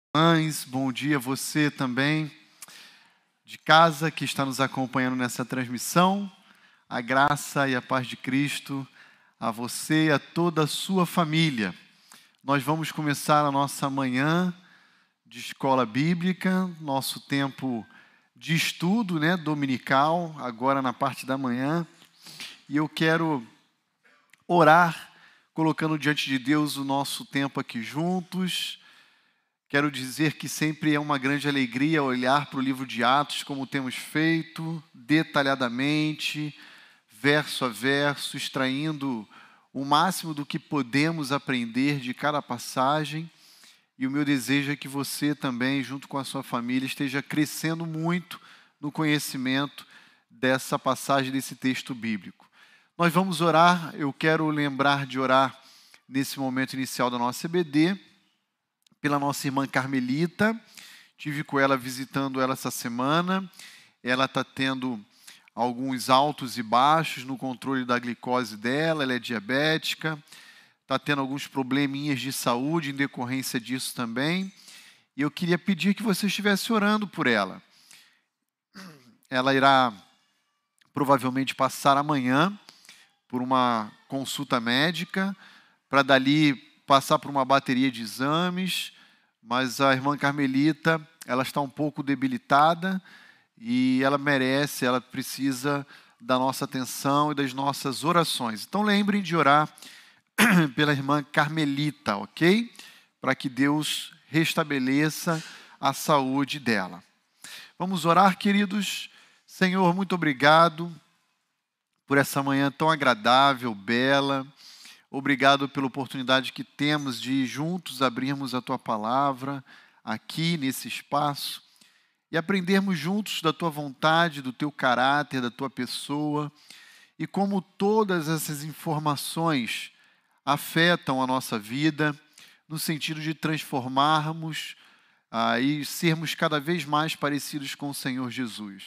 Mães, bom dia, você também de casa que está nos acompanhando nessa transmissão. A graça e a paz de Cristo a você e a toda a sua família. Nós vamos começar a nossa manhã de escola bíblica, nosso tempo de estudo, dominical, agora na parte da manhã. E eu quero orar, colocando diante de Deus o nosso tempo aqui juntos. Quero dizer que sempre é uma grande alegria olhar para o livro de Atos, como temos feito, detalhadamente, verso a verso, extraindo o máximo do que podemos aprender de cada passagem. E o meu desejo é que você também, junto com a sua família, esteja crescendo muito no conhecimento dessa passagem, desse texto bíblico. Nós vamos orar, eu quero lembrar de orar nesse momento inicial da nossa EBD, pela nossa irmã Carmelita. Tive com ela, visitando ela essa semana. Ela está tendo alguns altos e baixos no controle da glicose dela, ela é diabética, está tendo alguns probleminhas de saúde em decorrência disso também. E eu queria pedir que você estivesse orando por ela. Ela irá provavelmente passar amanhã por uma consulta médica, para dali passar por uma bateria de exames, mas a irmã Carmelita, ela está um pouco debilitada e ela merece, ela precisa da nossa atenção e das nossas orações. Então lembrem de orar pela irmã Carmelita, ok? Para que Deus restabeleça a saúde dela. Vamos orar, queridos. Senhor, muito obrigado por essa manhã tão agradável, bela. Obrigado pela oportunidade que temos de juntos abrirmos a Tua palavra aqui nesse espaço e aprendermos juntos da Tua vontade, do Teu caráter, da Tua pessoa e como todas essas informações afetam a nossa vida no sentido de transformarmos e sermos cada vez mais parecidos com o Senhor Jesus.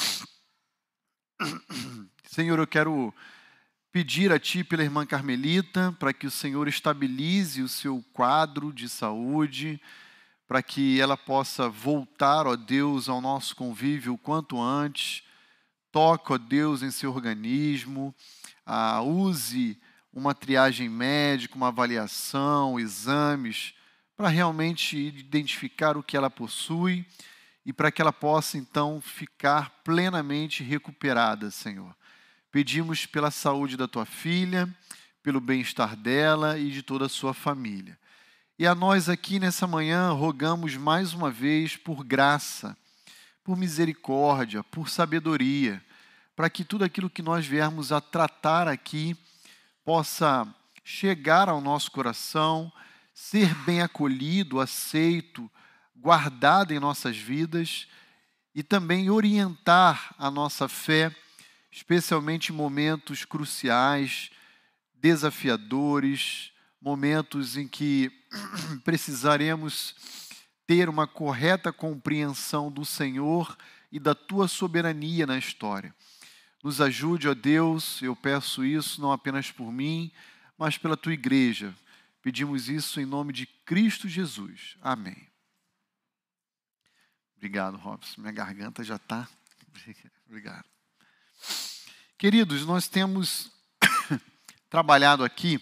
Senhor, eu quero pedir a Ti pela irmã Carmelita, para que o Senhor estabilize o seu quadro de saúde, para que ela possa voltar, ó Deus, ao nosso convívio o quanto antes. Toque, ó Deus, em seu organismo, use uma triagem médica, uma avaliação, exames, para realmente identificar o que ela possui e para que ela possa, então, ficar plenamente recuperada, Senhor. Pedimos pela saúde da tua filha, pelo bem-estar dela e de toda a sua família. E a nós aqui nessa manhã rogamos mais uma vez por graça, por misericórdia, por sabedoria, para que tudo aquilo que nós viermos a tratar aqui possa chegar ao nosso coração, ser bem acolhido, aceito, guardado em nossas vidas e também orientar a nossa fé, especialmente em momentos cruciais, desafiadores, momentos em que precisaremos ter uma correta compreensão do Senhor e da Tua soberania na história. Nos ajude, ó Deus, eu peço isso não apenas por mim, mas pela Tua igreja. Pedimos isso em nome de Cristo Jesus. Amém. Obrigado, Robson. Minha garganta já está. Obrigado. Queridos, nós temos trabalhado aqui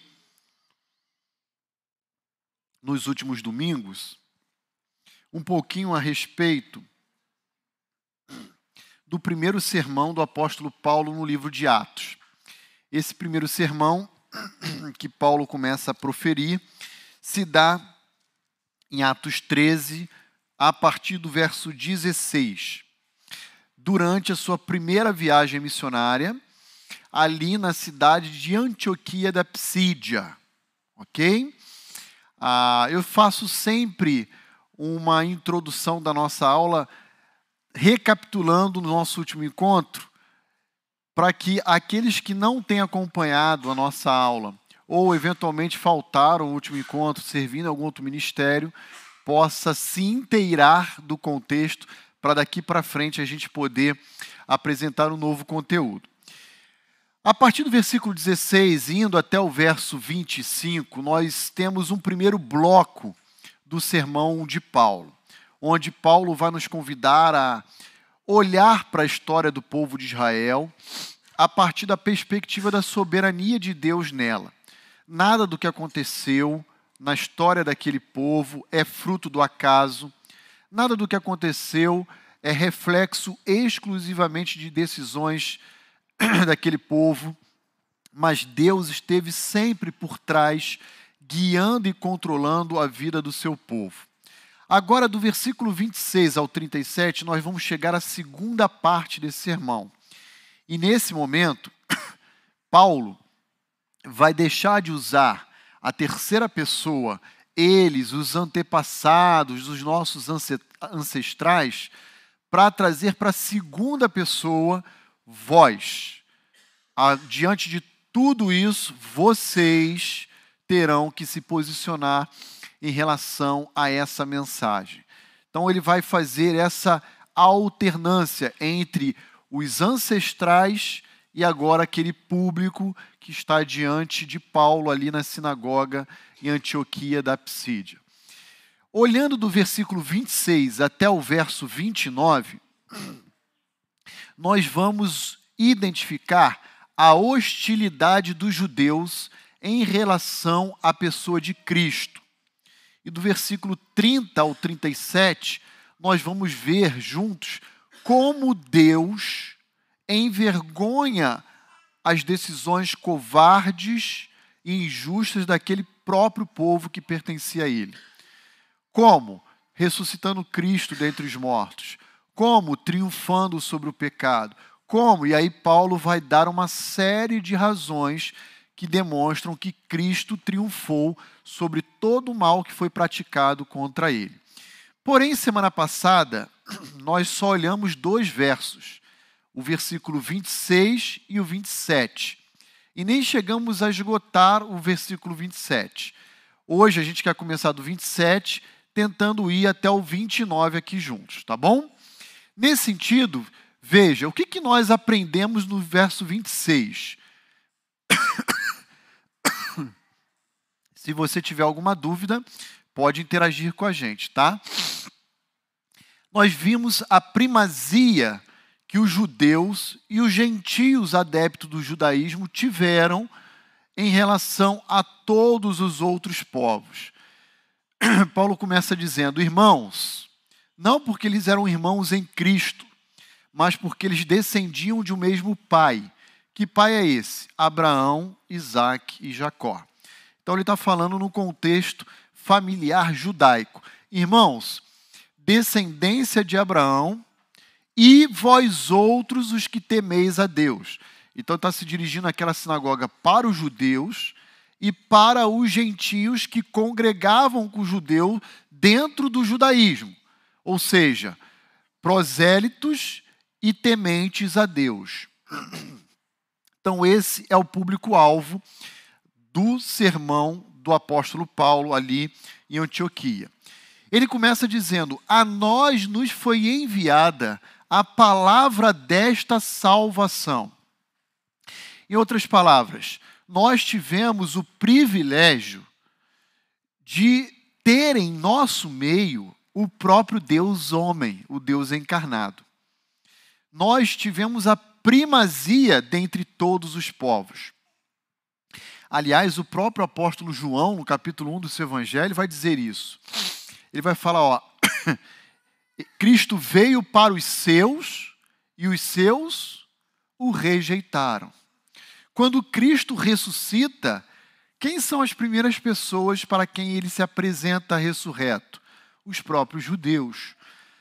nos últimos domingos um pouquinho a respeito do primeiro sermão do apóstolo Paulo no livro de Atos. Esse primeiro sermão que Paulo começa a proferir se dá em Atos 13, a partir do verso 16. Durante a sua primeira viagem missionária, ali na cidade de Antioquia da Psídia, ok? Eu faço sempre uma introdução da nossa aula, recapitulando o nosso último encontro, para que aqueles que não têm acompanhado a nossa aula, ou eventualmente faltaram o último encontro, servindo em algum outro ministério, possa se inteirar do contexto, para daqui para frente a gente poder apresentar um novo conteúdo. A partir do versículo 16, indo até o verso 25, nós temos um primeiro bloco do sermão de Paulo, onde Paulo vai nos convidar a olhar para a história do povo de Israel a partir da perspectiva da soberania de Deus nela. Nada do que aconteceu na história daquele povo é fruto do acaso, nada do que aconteceu é reflexo exclusivamente de decisões daquele povo, mas Deus esteve sempre por trás, guiando e controlando a vida do seu povo. Agora, do versículo 26 ao 37, nós vamos chegar à segunda parte desse sermão. E nesse momento, Paulo vai deixar de usar a terceira pessoa, eles, os antepassados, os nossos ancestrais, para trazer para a segunda pessoa, vós. Diante de tudo isso, vocês terão que se posicionar em relação a essa mensagem. Então ele vai fazer essa alternância entre os ancestrais e agora aquele público que está diante de Paulo ali na sinagoga em Antioquia da Psídia. Olhando do versículo 26 até o verso 29, nós vamos identificar a hostilidade dos judeus em relação à pessoa de Cristo. E do versículo 30 ao 37, nós vamos ver juntos como Deus envergonha as decisões covardes e injustas daquele próprio povo que pertencia a ele. Como? Ressuscitando Cristo dentre os mortos. Como? Triunfando sobre o pecado. Como? E aí Paulo vai dar uma série de razões que demonstram que Cristo triunfou sobre todo o mal que foi praticado contra ele. Porém, semana passada, nós só olhamos 2 versos, o versículo 26 e o 27. E nem chegamos a esgotar o versículo 27. Hoje a gente quer começar do 27, tentando ir até o 29 aqui juntos, tá bom? Nesse sentido, veja, o que nós aprendemos no verso 26? Se você tiver alguma dúvida, pode interagir com a gente, tá? Nós vimos a primazia que os judeus e os gentios adeptos do judaísmo tiveram em relação a todos os outros povos. Paulo começa dizendo: irmãos, não porque eles eram irmãos em Cristo, mas porque eles descendiam de um mesmo pai. Que pai é esse? Abraão, Isaque e Jacó. Então ele está falando no contexto familiar judaico. Irmãos, descendência de Abraão e vós outros os que temeis a Deus. Então está se dirigindo àquela sinagoga para os judeus e para os gentios que congregavam com o judeu dentro do judaísmo. Ou seja, prosélitos e tementes a Deus. Então esse é o público-alvo do sermão do apóstolo Paulo ali em Antioquia. Ele começa dizendo: a nós nos foi enviada a palavra desta salvação. Em outras palavras, nós tivemos o privilégio de ter em nosso meio o próprio Deus homem, o Deus encarnado. Nós tivemos a primazia dentre todos os povos. Aliás, o próprio apóstolo João, no capítulo 1 do seu evangelho, vai dizer isso. Ele vai falar, ó, Cristo veio para os seus e os seus o rejeitaram. Quando Cristo ressuscita, quem são as primeiras pessoas para quem ele se apresenta ressurreto? Os próprios judeus.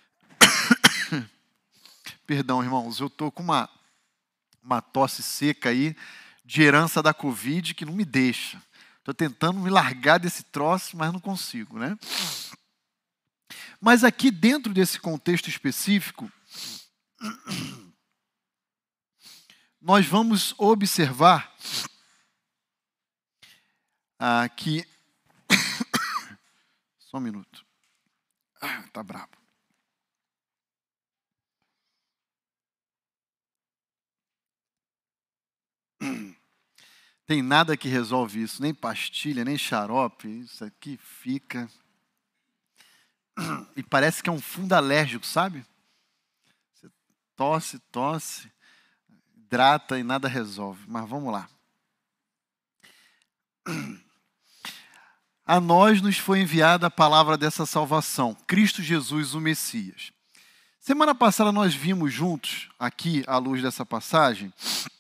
Perdão, irmãos, eu estou com uma tosse seca aí, de herança da Covid, que não me deixa. Estou tentando me largar desse troço, mas não consigo, né? Mas aqui dentro desse contexto específico, nós vamos observar que... Só um minuto. Tá brabo. Tem nada que resolve isso, nem pastilha, nem xarope, isso aqui fica... e parece que é um fundo alérgico, sabe? Você tosse, hidrata e nada resolve. Mas vamos lá. A nós nos foi enviada a palavra dessa salvação, Cristo Jesus, o Messias. Semana passada nós vimos juntos, aqui à luz dessa passagem,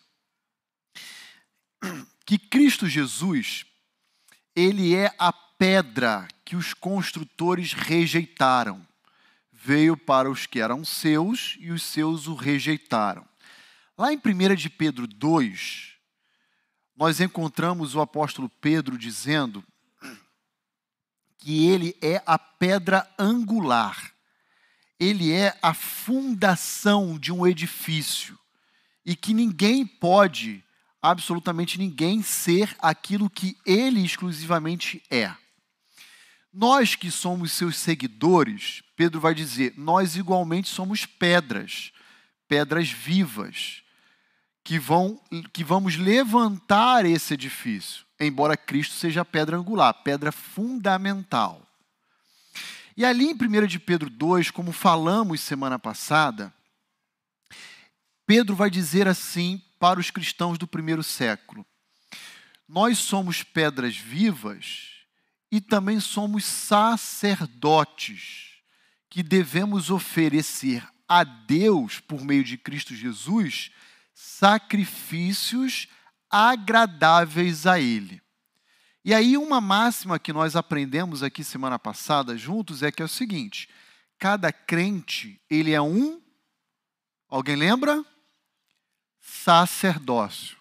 que Cristo Jesus, ele é a pedra que os construtores rejeitaram. Veio para os que eram seus e os seus o rejeitaram. Lá em 1 de Pedro 2, nós encontramos o apóstolo Pedro dizendo que ele é a pedra angular. Ele é a fundação de um edifício e que ninguém pode, absolutamente ninguém, ser aquilo que ele exclusivamente é. Nós que somos seus seguidores, Pedro vai dizer, nós igualmente somos pedras vivas, que vamos levantar esse edifício, embora Cristo seja a pedra angular, pedra fundamental. E ali em 1 de Pedro 2, como falamos semana passada, Pedro vai dizer assim para os cristãos do primeiro século: nós somos pedras vivas e também somos sacerdotes que devemos oferecer a Deus, por meio de Cristo Jesus, sacrifícios agradáveis a Ele. E aí uma máxima que nós aprendemos aqui semana passada juntos é que é o seguinte: cada crente, ele é um, alguém lembra? Sacerdócio.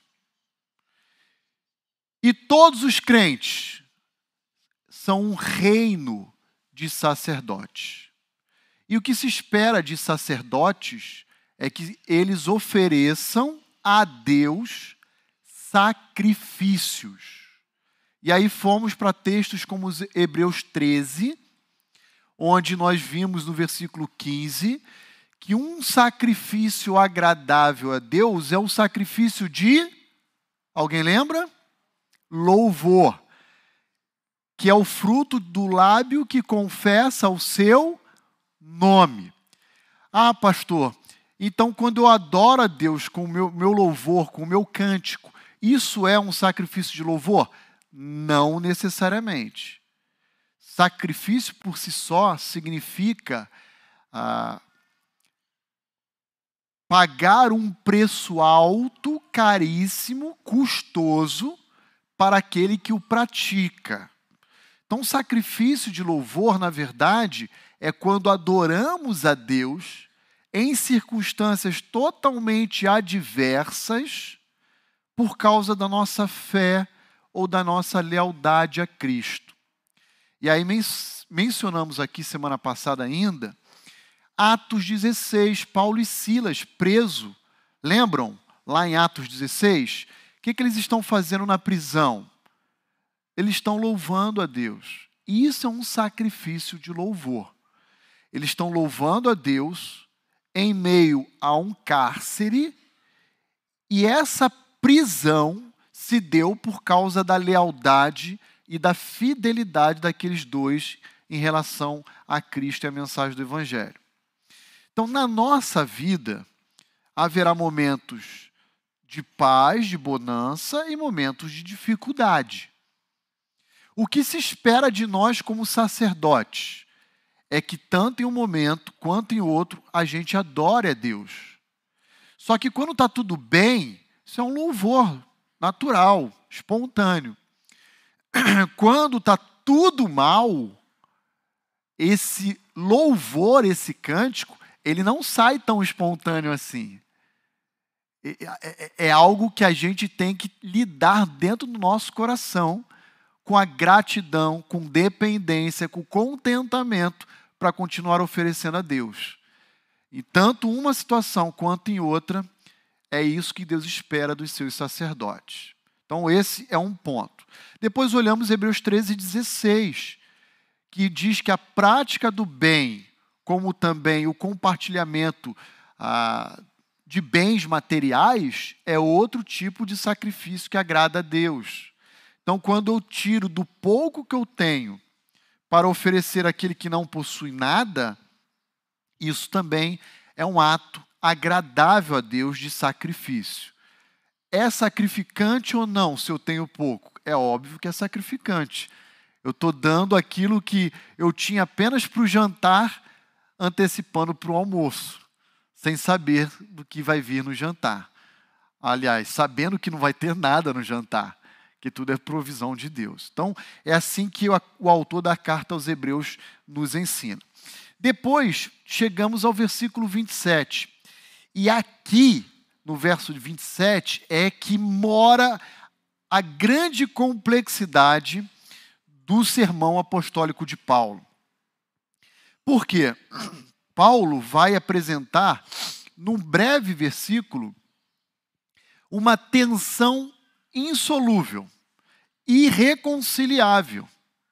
E todos os crentes são um reino de sacerdotes. E o que se espera de sacerdotes é que eles ofereçam a Deus sacrifícios. E aí fomos para textos como os Hebreus 13, onde nós vimos no versículo 15 que um sacrifício agradável a Deus é o sacrifício de, alguém lembra? Louvor, que é o fruto do lábio que confessa o seu nome. Ah, pastor, então quando eu adoro a Deus com o meu louvor, com o meu cântico, isso é um sacrifício de louvor? Não necessariamente. Sacrifício por si só significa pagar um preço alto, caríssimo, custoso para aquele que o pratica. Então, sacrifício de louvor, na verdade, é quando adoramos a Deus em circunstâncias totalmente adversas por causa da nossa fé ou da nossa lealdade a Cristo. E aí mencionamos aqui semana passada ainda, Atos 16, Paulo e Silas preso. Lembram? Lá em Atos 16, o que eles estão fazendo na prisão? Eles estão louvando a Deus. E isso é um sacrifício de louvor. Eles estão louvando a Deus em meio a um cárcere, e essa prisão se deu por causa da lealdade e da fidelidade daqueles dois em relação a Cristo e a mensagem do Evangelho. Então, na nossa vida, haverá momentos de paz, de bonança e momentos de dificuldade. O que se espera de nós como sacerdotes é que tanto em um momento quanto em outro a gente adore a Deus. Só que quando está tudo bem, isso é um louvor natural, espontâneo. Quando está tudo mal, esse louvor, esse cântico, ele não sai tão espontâneo assim. É algo que a gente tem que lidar dentro do nosso coração, com a gratidão, com dependência, com contentamento, para continuar oferecendo a Deus. E tanto uma situação quanto em outra, é isso que Deus espera dos seus sacerdotes. Então esse é um ponto. Depois olhamos Hebreus 13, 16, que diz que a prática do bem, como também o compartilhamento de bens materiais, é outro tipo de sacrifício que agrada a Deus. Então, quando eu tiro do pouco que eu tenho para oferecer àquele que não possui nada, isso também é um ato agradável a Deus de sacrifício. É sacrificante ou não se eu tenho pouco? É óbvio que é sacrificante. Eu estou dando aquilo que eu tinha apenas para o jantar, antecipando para o almoço, sem saber do que vai vir no jantar. Aliás, sabendo que não vai ter nada no jantar, que tudo é provisão de Deus. Então, é assim que o autor da carta aos Hebreus nos ensina. Depois, chegamos ao versículo 27. E aqui, no verso 27, é que mora a grande complexidade do sermão apostólico de Paulo. Por quê? Paulo vai apresentar, num breve versículo, uma tensão insolúvel, irreconciliável,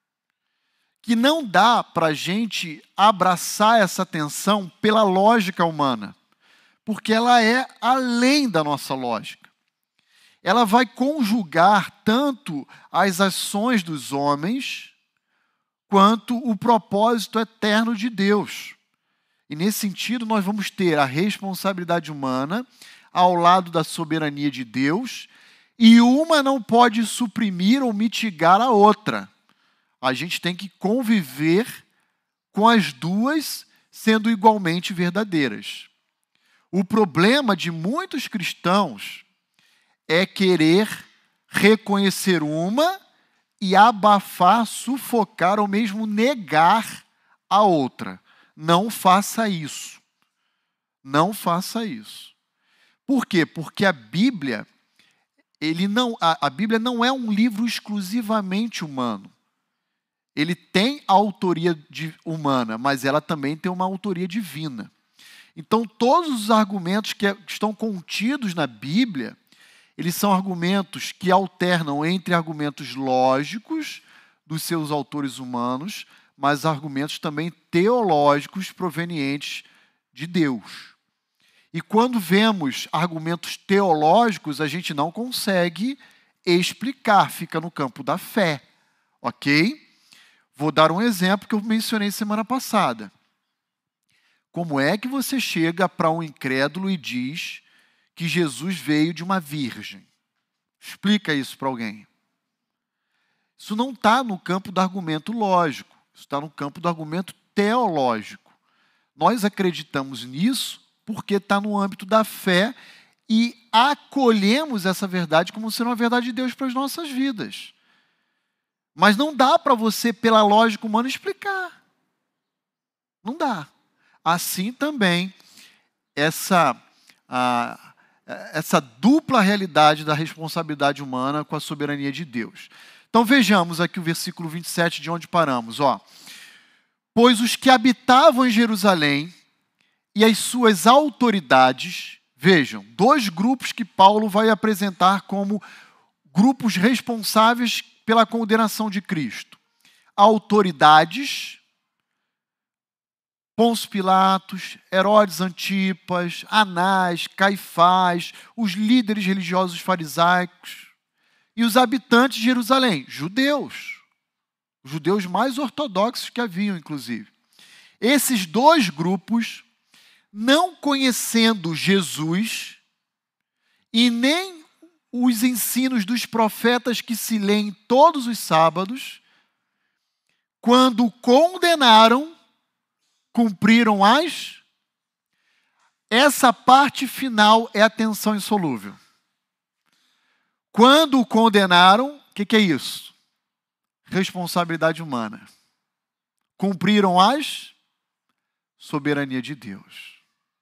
que não dá para a gente abraçar essa tensão pela lógica humana, porque ela é além da nossa lógica. Ela vai conjugar tanto as ações dos homens, quanto o propósito eterno de Deus. E nesse sentido, nós vamos ter a responsabilidade humana ao lado da soberania de Deus, e uma não pode suprimir ou mitigar a outra. A gente tem que conviver com as duas sendo igualmente verdadeiras. O problema de muitos cristãos é querer reconhecer uma e abafar, sufocar ou mesmo negar a outra. Não faça isso. Não faça isso. Por quê? Porque a Bíblia, a Bíblia não é um livro exclusivamente humano. Ele tem a autoria humana, mas ela também tem uma autoria divina. Então, todos os argumentos que estão contidos na Bíblia, eles são argumentos que alternam entre argumentos lógicos dos seus autores humanos, mas argumentos também teológicos provenientes de Deus. E quando vemos argumentos teológicos, a gente não consegue explicar, fica no campo da fé, ok? Vou dar um exemplo que eu mencionei semana passada. Como é que você chega para um incrédulo e diz que Jesus veio de uma virgem? Explica isso para alguém. Isso não está no campo do argumento lógico, isso está no campo do argumento teológico. Nós acreditamos nisso porque está no âmbito da fé e acolhemos essa verdade como sendo uma verdade de Deus para as nossas vidas. Mas não dá para você, pela lógica humana, explicar. Não dá. Assim também, essa dupla realidade da responsabilidade humana com a soberania de Deus. Então vejamos aqui o versículo 27 de onde paramos. Pois os que habitavam em Jerusalém e as suas autoridades, vejam, dois grupos que Paulo vai apresentar como grupos responsáveis pela condenação de Cristo. Autoridades, Pôncio Pilatos, Herodes Antipas, Anás, Caifás, os líderes religiosos farisaicos e os habitantes de Jerusalém, judeus. Os judeus mais ortodoxos que haviam, inclusive. Esses dois grupos, não conhecendo Jesus e nem os ensinos dos profetas que se leem todos os sábados, quando condenaram, cumpriram essa parte final é a tensão insolúvel. Quando o condenaram, o que é isso? Responsabilidade humana. Cumpriram soberania de Deus.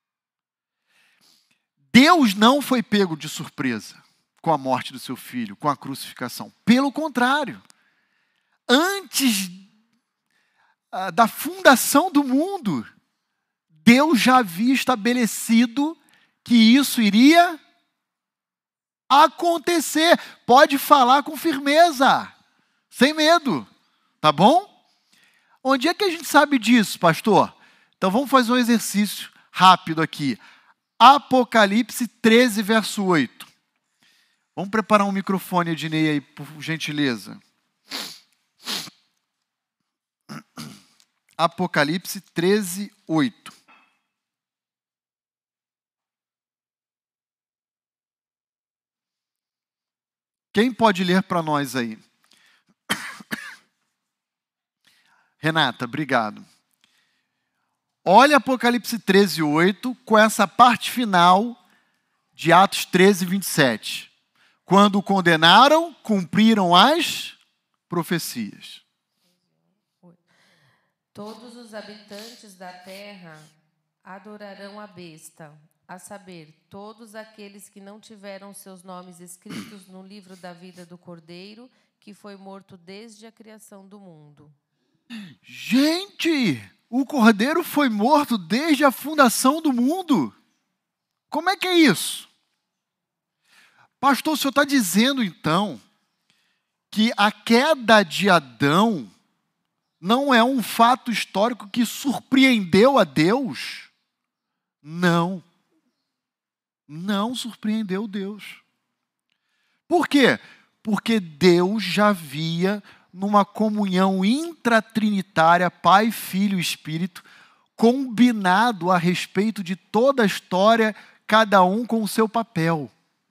Deus não foi pego de surpresa com a morte do seu filho, com a crucificação. Pelo contrário, antes da fundação do mundo, Deus já havia estabelecido que isso iria acontecer. Pode falar com firmeza, sem medo, tá bom? Onde é que a gente sabe disso, pastor? Então vamos fazer um exercício rápido aqui. Apocalipse 13, verso 8. Vamos preparar um microfone, Ednei, aí, por gentileza. Apocalipse 13, 8. Quem pode ler para nós aí? Renata, obrigado. Olha Apocalipse 13, 8, com essa parte final de Atos 13, 27. Quando o condenaram, cumpriram as profecias. Todos os habitantes da terra adorarão a besta, a saber, todos aqueles que não tiveram seus nomes escritos no livro da vida do Cordeiro, que foi morto desde a criação do mundo. Gente, o Cordeiro foi morto desde a fundação do mundo. Como é que é isso? Pastor, o senhor está dizendo então que a queda de Adão não é um fato histórico que surpreendeu a Deus? Não. Não surpreendeu Deus. Por quê? Porque Deus já havia, numa comunhão intratrinitária, Pai, Filho e Espírito, combinado a respeito de toda a história, cada um com o seu papel.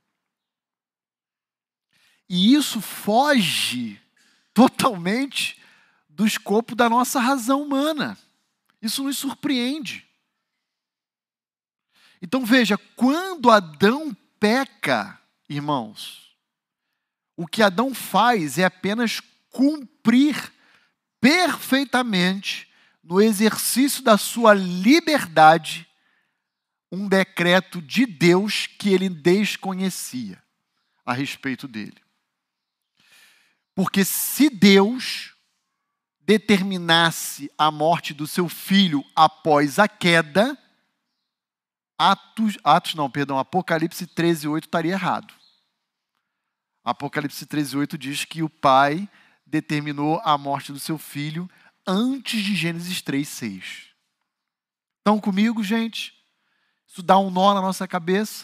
E isso foge totalmente do escopo da nossa razão humana. Isso nos surpreende. Então veja, quando Adão peca, irmãos, o que Adão faz é apenas cumprir perfeitamente, no exercício da sua liberdade, um decreto de Deus que ele desconhecia a respeito dele. Porque se Deus determinasse a morte do seu filho após a queda, Apocalipse 13, 8 estaria errado. Apocalipse 13, 8 diz que o pai determinou a morte do seu filho antes de Gênesis 3, 6. Estão comigo, gente? Isso dá um nó na nossa cabeça?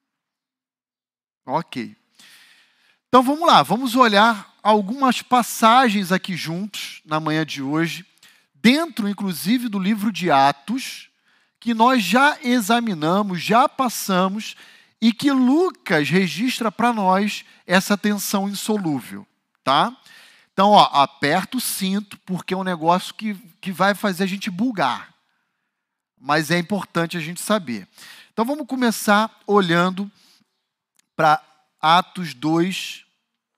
Ok. Então vamos lá, vamos olhar algumas passagens aqui juntos, na manhã de hoje, dentro inclusive do livro de Atos, que nós já examinamos, já passamos, e que Lucas registra para nós essa tensão insolúvel, tá? Então, ó, aperta o cinto, porque é um negócio que vai fazer a gente bugar. Mas é importante a gente saber. Então, vamos começar olhando para Atos 2,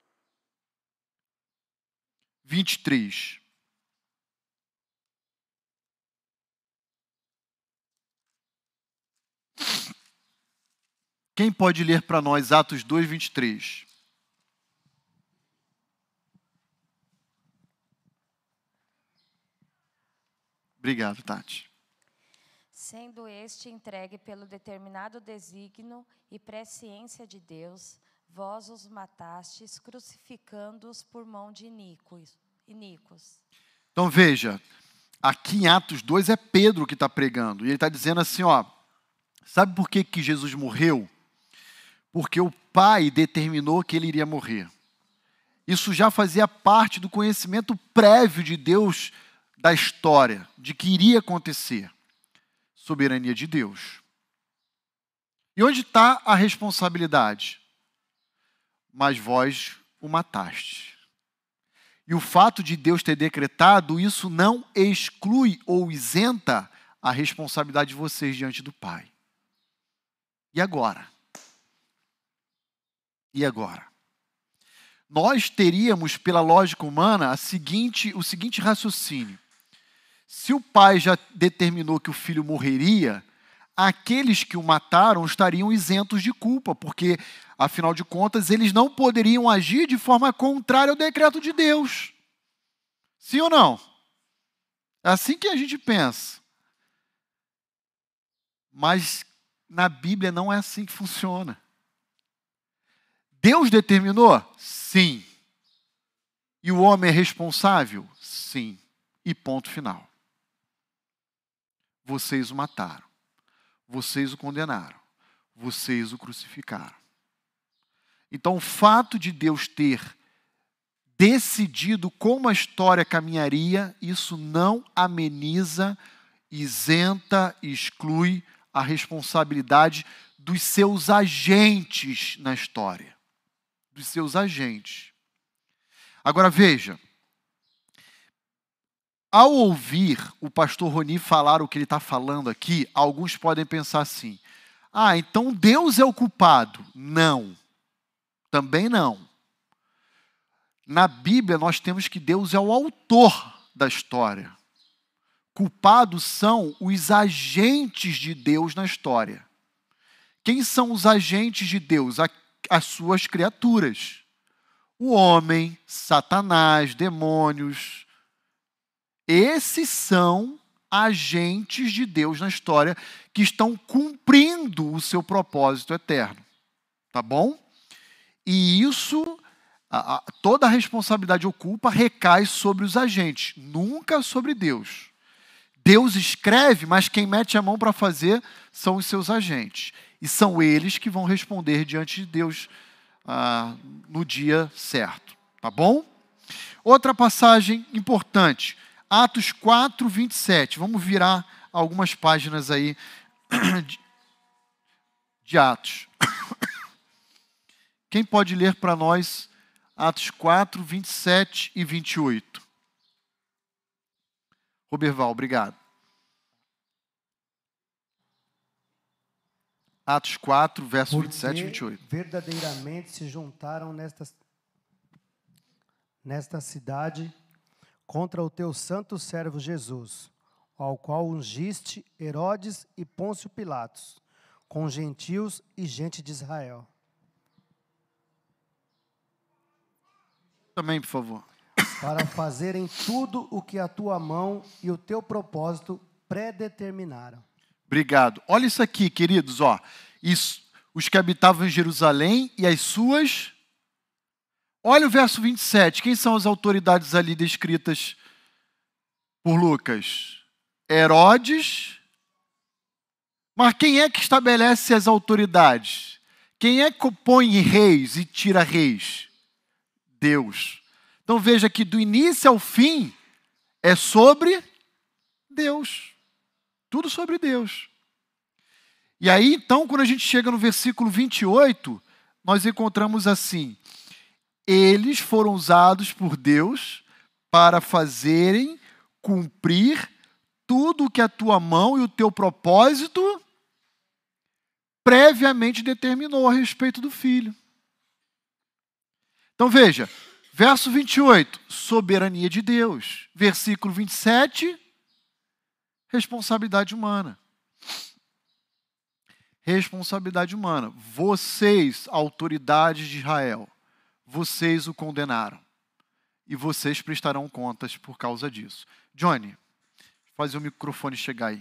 23. Quem pode ler para nós Atos 2, 23? Obrigado, Tati. Sendo este entregue pelo determinado desígnio e presciência de Deus, vós os matastes, crucificando-os por mão de iníquos. Então veja, aqui em Atos 2 é Pedro que está pregando, e ele está dizendo assim, ó, sabe por que Jesus morreu? Porque o Pai determinou que ele iria morrer. Isso já fazia parte do conhecimento prévio de Deus da história, de que iria acontecer. Soberania de Deus. E onde está a responsabilidade? Mas vós o mataste. E o fato de Deus ter decretado, isso não exclui ou isenta a responsabilidade de vocês diante do Pai. E agora? E agora? Nós teríamos, pela lógica humana, o seguinte raciocínio. Se o pai já determinou que o filho morreria, aqueles que o mataram estariam isentos de culpa, porque, afinal de contas, eles não poderiam agir de forma contrária ao decreto de Deus. Sim ou não? É assim que a gente pensa. Mas na Bíblia não é assim que funciona. Deus determinou? Sim. E o homem é responsável? Sim. E ponto final. Vocês o mataram. Vocês o condenaram. Vocês o crucificaram. Então, o fato de Deus ter decidido como a história caminharia, isso não ameniza, isenta, exclui a responsabilidade dos seus agentes na história. Dos seus agentes. Agora veja, ao ouvir o pastor Roni falar o que ele está falando aqui, alguns podem pensar assim: então Deus é o culpado. Não, também não. Na Bíblia nós temos que Deus é o autor da história. Culpados são os agentes de Deus na história. Quem são os agentes de Deus? As suas criaturas. O homem, Satanás, demônios. Esses são agentes de Deus na história que estão cumprindo o seu propósito eterno. Tá bom? E isso, toda a responsabilidade ou culpa recai sobre os agentes, nunca sobre Deus. Deus escreve, mas quem mete a mão para fazer são os seus agentes. E são eles que vão responder diante de Deus no dia certo. Tá bom? Outra passagem importante. Atos 4, 27. Vamos virar algumas páginas aí de Atos. Quem pode ler para nós Atos 4, 27 e 28? Roberval, obrigado. Atos 4, verso 27 e 28. Verdadeiramente se juntaram nesta cidade contra o teu santo servo Jesus, ao qual ungiste Herodes e Pôncio Pilatos, com gentios e gente de Israel. Também, por favor. Para fazerem tudo o que a tua mão e o teu propósito predeterminaram. Obrigado. Olha isso aqui, queridos, Isso, os que habitavam em Jerusalém e as suas... Olha o verso 27. Quem são as autoridades ali descritas por Lucas? Herodes. Mas quem é que estabelece as autoridades? Quem é que põe reis e tira reis? Deus. Então veja que do início ao fim é sobre Deus. Tudo sobre Deus. E aí, então, quando a gente chega no versículo 28, nós encontramos assim: eles foram usados por Deus para fazerem cumprir tudo o que a tua mão e o teu propósito previamente determinou a respeito do Filho. Então veja, verso 28, soberania de Deus. Versículo 27, responsabilidade humana. Responsabilidade humana. Vocês, autoridades de Israel, vocês o condenaram. E vocês prestarão contas por causa disso. Johnny, faz o microfone chegar aí.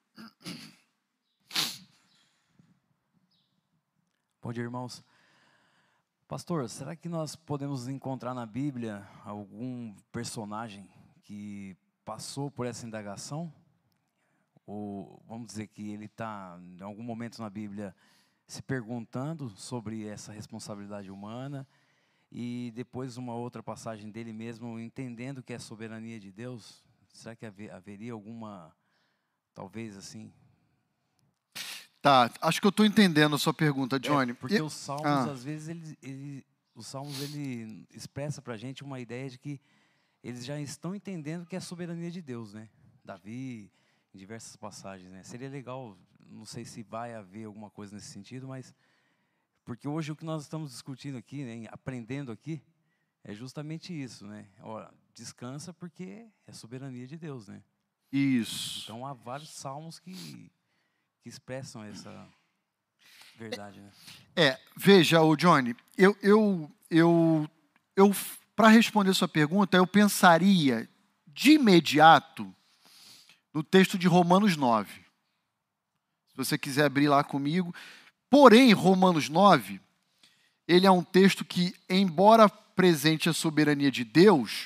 Bom dia, irmãos. Pastor, será que nós podemos encontrar na Bíblia algum personagem que passou por essa indagação? Ou vamos dizer que ele está, em algum momento na Bíblia, se perguntando sobre essa responsabilidade humana, e depois uma outra passagem dele mesmo entendendo que é soberania de Deus? Será que haveria alguma, talvez assim? Tá, acho que eu estou entendendo a sua pergunta, Johnny. Porque os Salmos, às vezes, os Salmos, ele expressa para a gente uma ideia de que eles já estão entendendo que é soberania de Deus, né? Davi, em diversas passagens, né? Seria legal, não sei se vai haver alguma coisa nesse sentido, mas porque hoje o que nós estamos discutindo aqui, né, aprendendo aqui, é justamente isso, né? Ora, descansa porque é soberania de Deus, né? Isso. Então há vários salmos que expressam essa verdade, né? Veja, Johnny, eu para responder a sua pergunta, eu pensaria de imediato no texto de Romanos 9. Se você quiser abrir lá comigo. Porém, Romanos 9, ele é um texto que, embora presente a soberania de Deus,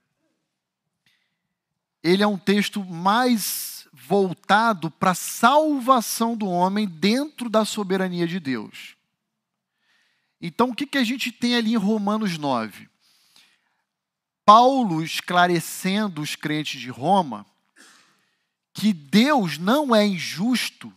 ele é um texto mais voltado para a salvação do homem dentro da soberania de Deus. Então, o que a gente tem ali em Romanos 9? Paulo esclarecendo os crentes de Roma que Deus não é injusto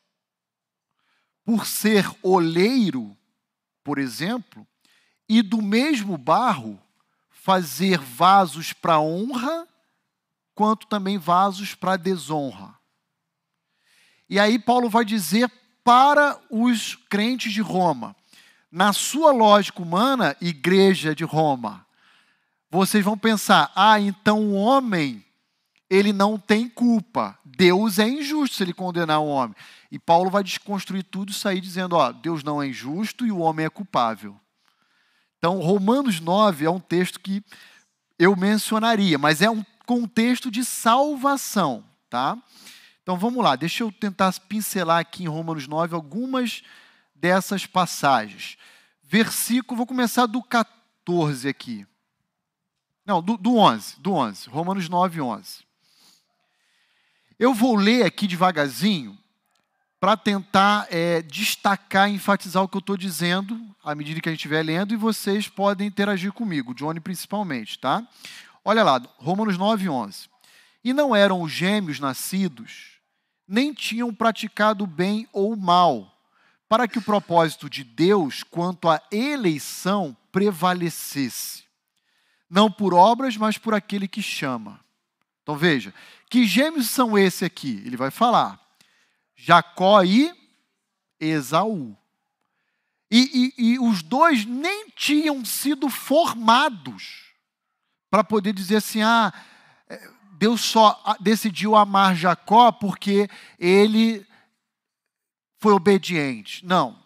por ser oleiro, por exemplo, e do mesmo barro fazer vasos para honra, quanto também vasos para desonra. E aí Paulo vai dizer para os crentes de Roma, na sua lógica humana, igreja de Roma, vocês vão pensar, então o homem, ele não tem culpa. Deus é injusto se ele condenar o homem. E Paulo vai desconstruir tudo isso aí dizendo, Deus não é injusto e o homem é culpável. Então, Romanos 9 é um texto que eu mencionaria, mas é um contexto de salvação, tá? Então, vamos lá, deixa eu tentar pincelar aqui em Romanos 9 algumas dessas passagens. Vou começar do 14 aqui. Não, do 11, Romanos 9, 11. Eu vou ler aqui devagarzinho para tentar destacar e enfatizar o que eu estou dizendo à medida que a gente estiver lendo, e vocês podem interagir comigo, Johnny principalmente, tá? Olha lá, Romanos 9, 11. E não eram os gêmeos nascidos, nem tinham praticado bem ou mal, para que o propósito de Deus quanto à eleição prevalecesse. Não por obras, mas por aquele que chama. Então veja, que gêmeos são esses aqui? Ele vai falar, Jacó e Esaú. E os dois nem tinham sido formados para poder dizer assim, Deus só decidiu amar Jacó porque ele foi obediente. Não.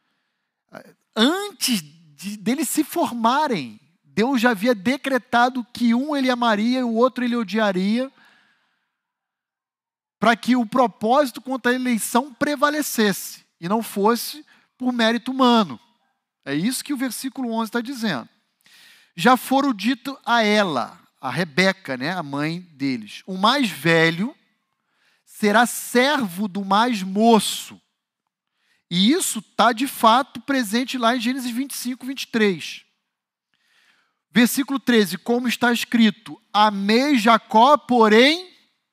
Antes deles se formarem, Deus já havia decretado que um ele amaria e o outro ele odiaria, para que o propósito quanto à eleição prevalecesse e não fosse por mérito humano. É isso que o versículo 11 está dizendo. Já foram dito a ela, a Rebeca, a mãe deles, o mais velho será servo do mais moço. E isso está de fato presente lá em Gênesis 25, 23. Versículo 13, como está escrito, amei Jacó, porém...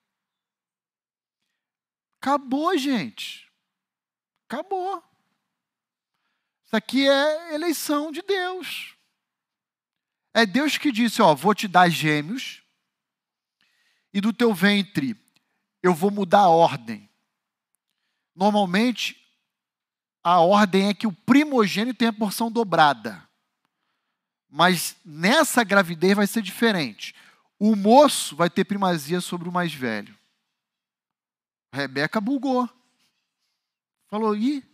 Acabou, gente. Acabou. Isso aqui é eleição de Deus. É Deus que disse, vou te dar gêmeos, e do teu ventre eu vou mudar a ordem. Normalmente, a ordem é que o primogênito tem a porção dobrada. Mas nessa gravidez vai ser diferente. O moço vai ter primazia sobre o mais velho. Rebeca bugou. Falou, E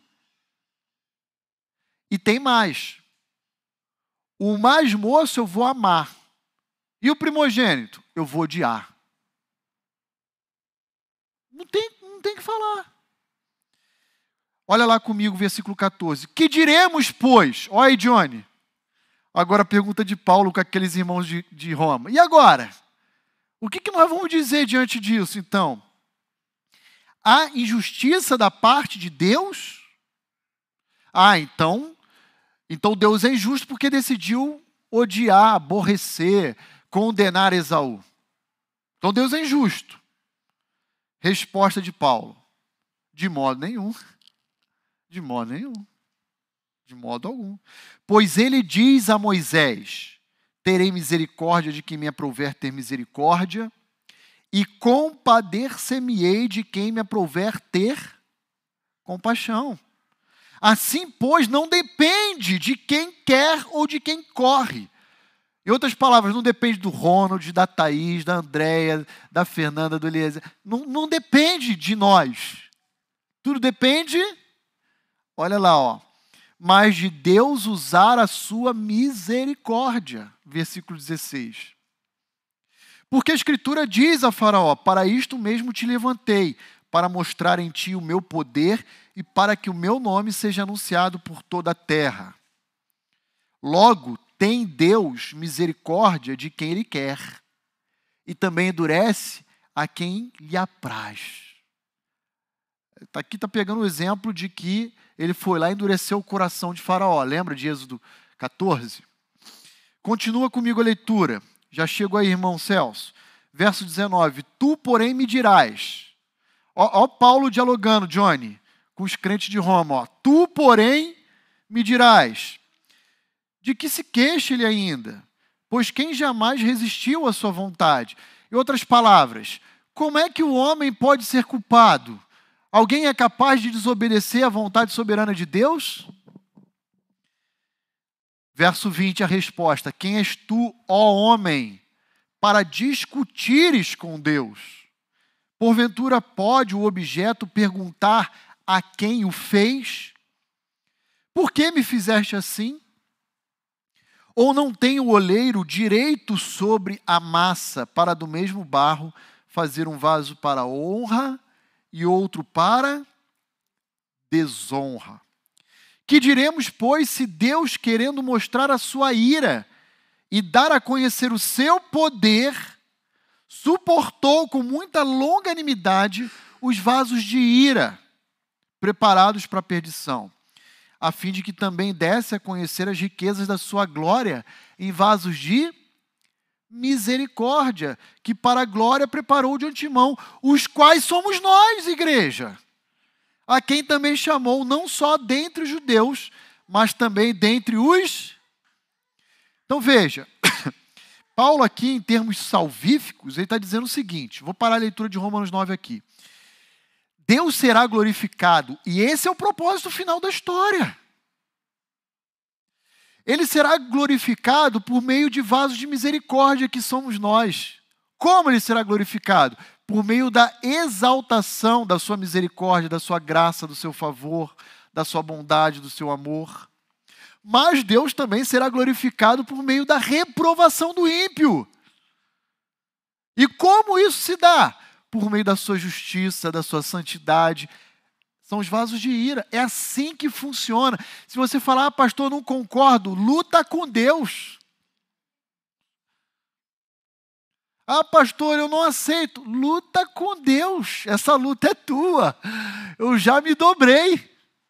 tem mais. O mais moço eu vou amar. E o primogênito eu vou odiar. Não tem que falar. Olha lá comigo o versículo 14. Que diremos, pois? Olha aí, Johnny. Agora a pergunta de Paulo com aqueles irmãos de Roma. E agora? O que nós vamos dizer diante disso, então? Há injustiça da parte de Deus? Então Deus é injusto porque decidiu odiar, aborrecer, condenar Esaú. Então Deus é injusto. Resposta de Paulo. De modo nenhum. De modo nenhum. De modo algum. Pois ele diz a Moisés, terei misericórdia de quem me aprouver ter misericórdia, e compadecer-me-ei de quem me aprouver ter compaixão. Assim, pois, não depende de quem quer ou de quem corre. Em outras palavras, não depende do Ronald, da Thaís, da Andréia, da Fernanda, do Eliezer. Não depende de nós. Tudo depende, olha lá, mas de Deus usar a sua misericórdia. Versículo 16. Porque a Escritura diz a Faraó, para isto mesmo te levantei, para mostrar em ti o meu poder e para que o meu nome seja anunciado por toda a terra. Logo, tem Deus misericórdia de quem Ele quer, e também endurece a quem lhe apraz. Aqui está pegando o exemplo de que ele foi lá e endureceu o coração de Faraó. Lembra de Êxodo 14? Continua comigo a leitura. Já chegou aí, irmão Celso. Verso 19. Tu, porém, me dirás. Ó Paulo dialogando, Johnny, com os crentes de Roma. Ó. Tu, porém, me dirás. De que se queixa ele ainda? Pois quem jamais resistiu à sua vontade? Em outras palavras, como é que o homem pode ser culpado? Alguém é capaz de desobedecer à vontade soberana de Deus? Verso 20, a resposta. Quem és tu, ó homem, para discutires com Deus? Porventura pode o objeto perguntar a quem o fez? Por que me fizeste assim? Ou não tem o oleiro direito sobre a massa para do mesmo barro fazer um vaso para honra e outro para desonra? Que diremos, pois, se Deus, querendo mostrar a sua ira e dar a conhecer o seu poder, suportou com muita longanimidade os vasos de ira preparados para a perdição, a fim de que também desse a conhecer as riquezas da sua glória em vasos de misericórdia, que para a glória preparou de antemão, os quais somos nós, igreja, a quem também chamou não só dentre os judeus, mas também dentre os... Então veja, Paulo aqui em termos salvíficos, ele está dizendo o seguinte, vou parar a leitura de Romanos 9 aqui. Deus será glorificado, e esse é o propósito final da história. Ele será glorificado por meio de vasos de misericórdia que somos nós. Como ele será glorificado? Por meio da exaltação da sua misericórdia, da sua graça, do seu favor, da sua bondade, do seu amor. Mas Deus também será glorificado por meio da reprovação do ímpio. E como isso se dá? Por meio da sua justiça, da sua santidade. São os vasos de ira. É assim que funciona. Se você falar, pastor, não concordo, luta com Deus. Ah, pastor, eu não aceito. Luta com Deus. Essa luta é tua. Eu já me dobrei.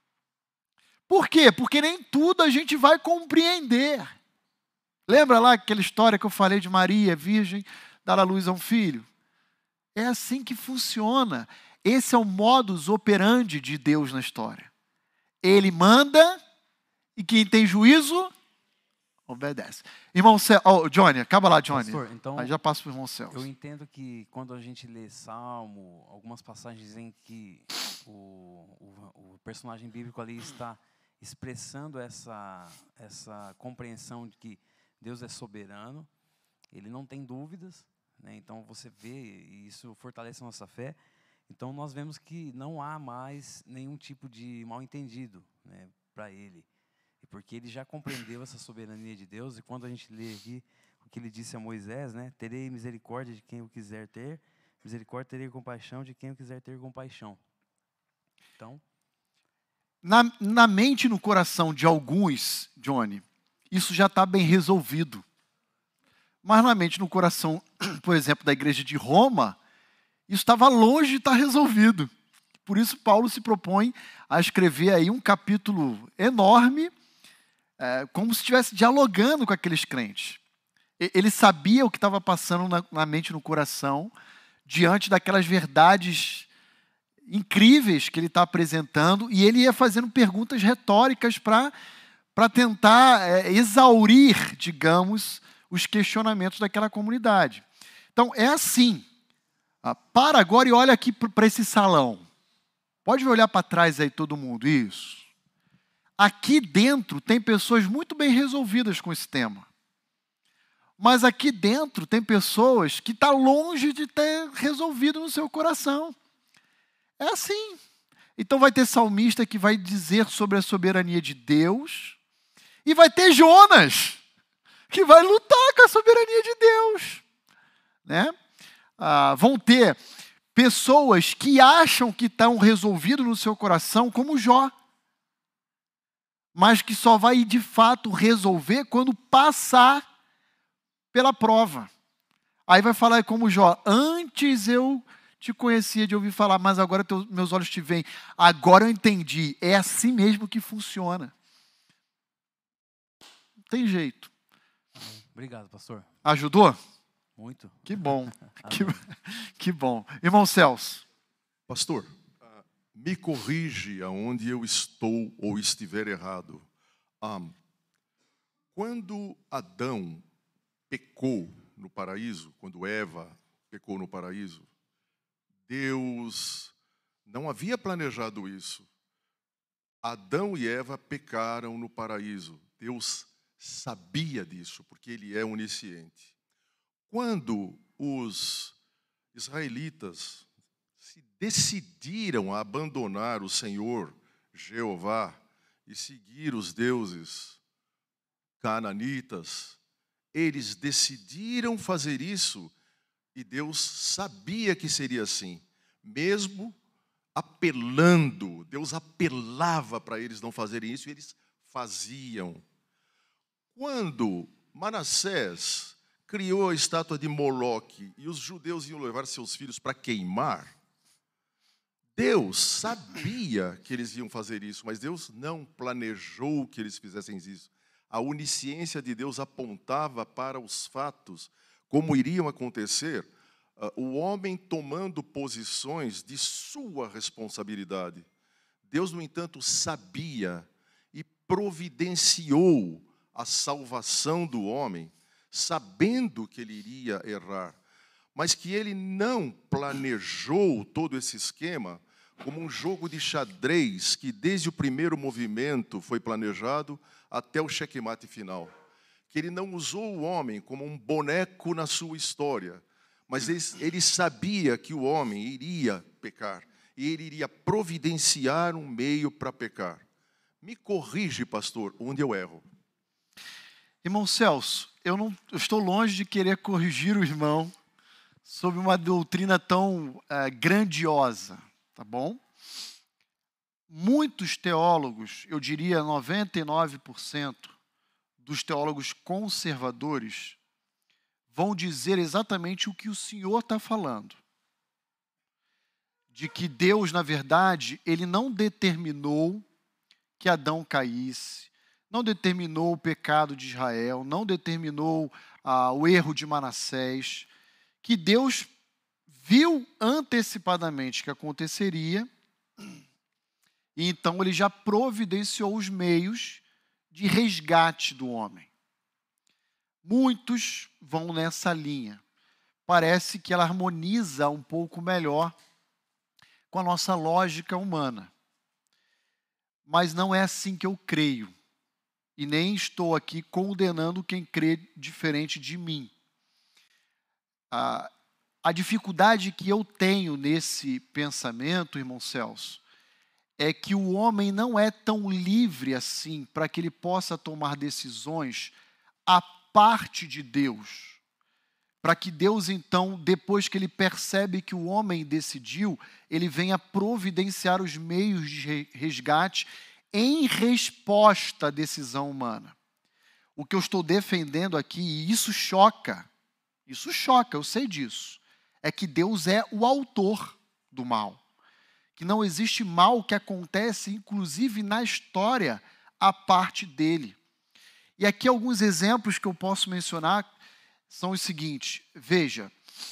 Por quê? Porque nem tudo a gente vai compreender. Lembra lá aquela história que eu falei de Maria, virgem, dar à luz a um filho? É assim que funciona. Esse é o modus operandi de Deus na história. Ele manda e quem tem juízo obedece. Irmão Celso, Johnny, acaba lá, Johnny. Pastor, então, aí já passo para o irmão Celso. Eu entendo que quando a gente lê Salmo, algumas passagens em que o personagem bíblico ali está expressando essa compreensão de que Deus é soberano, ele não tem dúvidas, né? Então você vê, e isso fortalece a nossa fé. Então nós vemos que não há mais nenhum tipo de mal-entendido, né, para ele. Porque ele já compreendeu essa soberania de Deus, e quando a gente lê aqui o que ele disse a Moisés, né, terei misericórdia de quem eu quiser ter, misericórdia terei compaixão de quem eu quiser ter compaixão. Então, na mente e no coração de alguns, Johnny, isso já está bem resolvido. Mas na mente e no coração, por exemplo, da igreja de Roma, isso estava longe de estar resolvido. Por isso Paulo se propõe a escrever aí um capítulo enorme, como se estivesse dialogando com aqueles crentes. Ele sabia o que estava passando na mente e no coração, diante daquelas verdades incríveis que ele está apresentando, e ele ia fazendo perguntas retóricas para tentar exaurir, digamos, os questionamentos daquela comunidade. Então, é assim. Para agora e olha aqui para esse salão. Pode olhar para trás aí todo mundo, isso. Aqui dentro tem pessoas muito bem resolvidas com esse tema. Mas aqui dentro tem pessoas que estão longe de ter resolvido no seu coração. É assim. Então vai ter salmista que vai dizer sobre a soberania de Deus, e vai ter Jonas que vai lutar com a soberania de Deus, né? Vão ter pessoas que acham que estão resolvidos no seu coração, como Jó, mas que só vai de fato resolver quando passar pela prova. Aí vai falar como Jó: antes eu te conhecia de ouvir falar, mas agora meus olhos te veem. Agora eu entendi. É assim mesmo que funciona. Não tem jeito. Obrigado, pastor. Ajudou? Muito. Que bom. Que bom. Irmão Celso. Pastor, me corrige aonde eu estou ou estiver errado. Quando Adão pecou no paraíso, quando Eva pecou no paraíso, Deus não havia planejado isso. Adão e Eva pecaram no paraíso. Deus sabia disso, porque Ele é onisciente. Quando os israelitas se decidiram a abandonar o Senhor, Jeová, e seguir os deuses cananitas, eles decidiram fazer isso e Deus sabia que seria assim. Mesmo apelando, Deus apelava para eles não fazerem isso e eles faziam. Quando Manassés criou a estátua de Moloque e os judeus iam levar seus filhos para queimar, Deus sabia que eles iam fazer isso, mas Deus não planejou que eles fizessem isso. A onisciência de Deus apontava para os fatos, como iriam acontecer, o homem tomando posições de sua responsabilidade. Deus, no entanto, sabia e providenciou a salvação do homem, sabendo que ele iria errar, mas que ele não planejou todo esse esquema como um jogo de xadrez que desde o primeiro movimento foi planejado até o checkmate final. Que ele não usou o homem como um boneco na sua história, mas ele sabia que o homem iria pecar e ele iria providenciar um meio para pecar. Me corrige, pastor, onde eu erro. Irmão Celso, eu estou longe de querer corrigir o irmão sobre uma doutrina tão grandiosa, tá bom? Muitos teólogos, eu diria 99% dos teólogos conservadores, vão dizer exatamente o que o senhor está falando. De que Deus, na verdade, ele não determinou que Adão caísse, não determinou o pecado de Israel, não determinou o erro de Manassés, que Deus viu antecipadamente que aconteceria, e então ele já providenciou os meios de resgate do homem. Muitos vão nessa linha. Parece que ela harmoniza um pouco melhor com a nossa lógica humana. Mas não é assim que eu creio. E nem estou aqui condenando quem crê diferente de mim. A dificuldade que eu tenho nesse pensamento, irmão Celso, é que o homem não é tão livre assim para que ele possa tomar decisões à parte de Deus. Para que Deus, então, depois que ele percebe que o homem decidiu, ele venha providenciar os meios de resgate em resposta à decisão humana. O que eu estou defendendo aqui, e isso choca, eu sei disso, é que Deus é o autor do mal. Que não existe mal que acontece, inclusive na história, à parte dele. E aqui alguns exemplos que eu posso mencionar são os seguintes. Veja,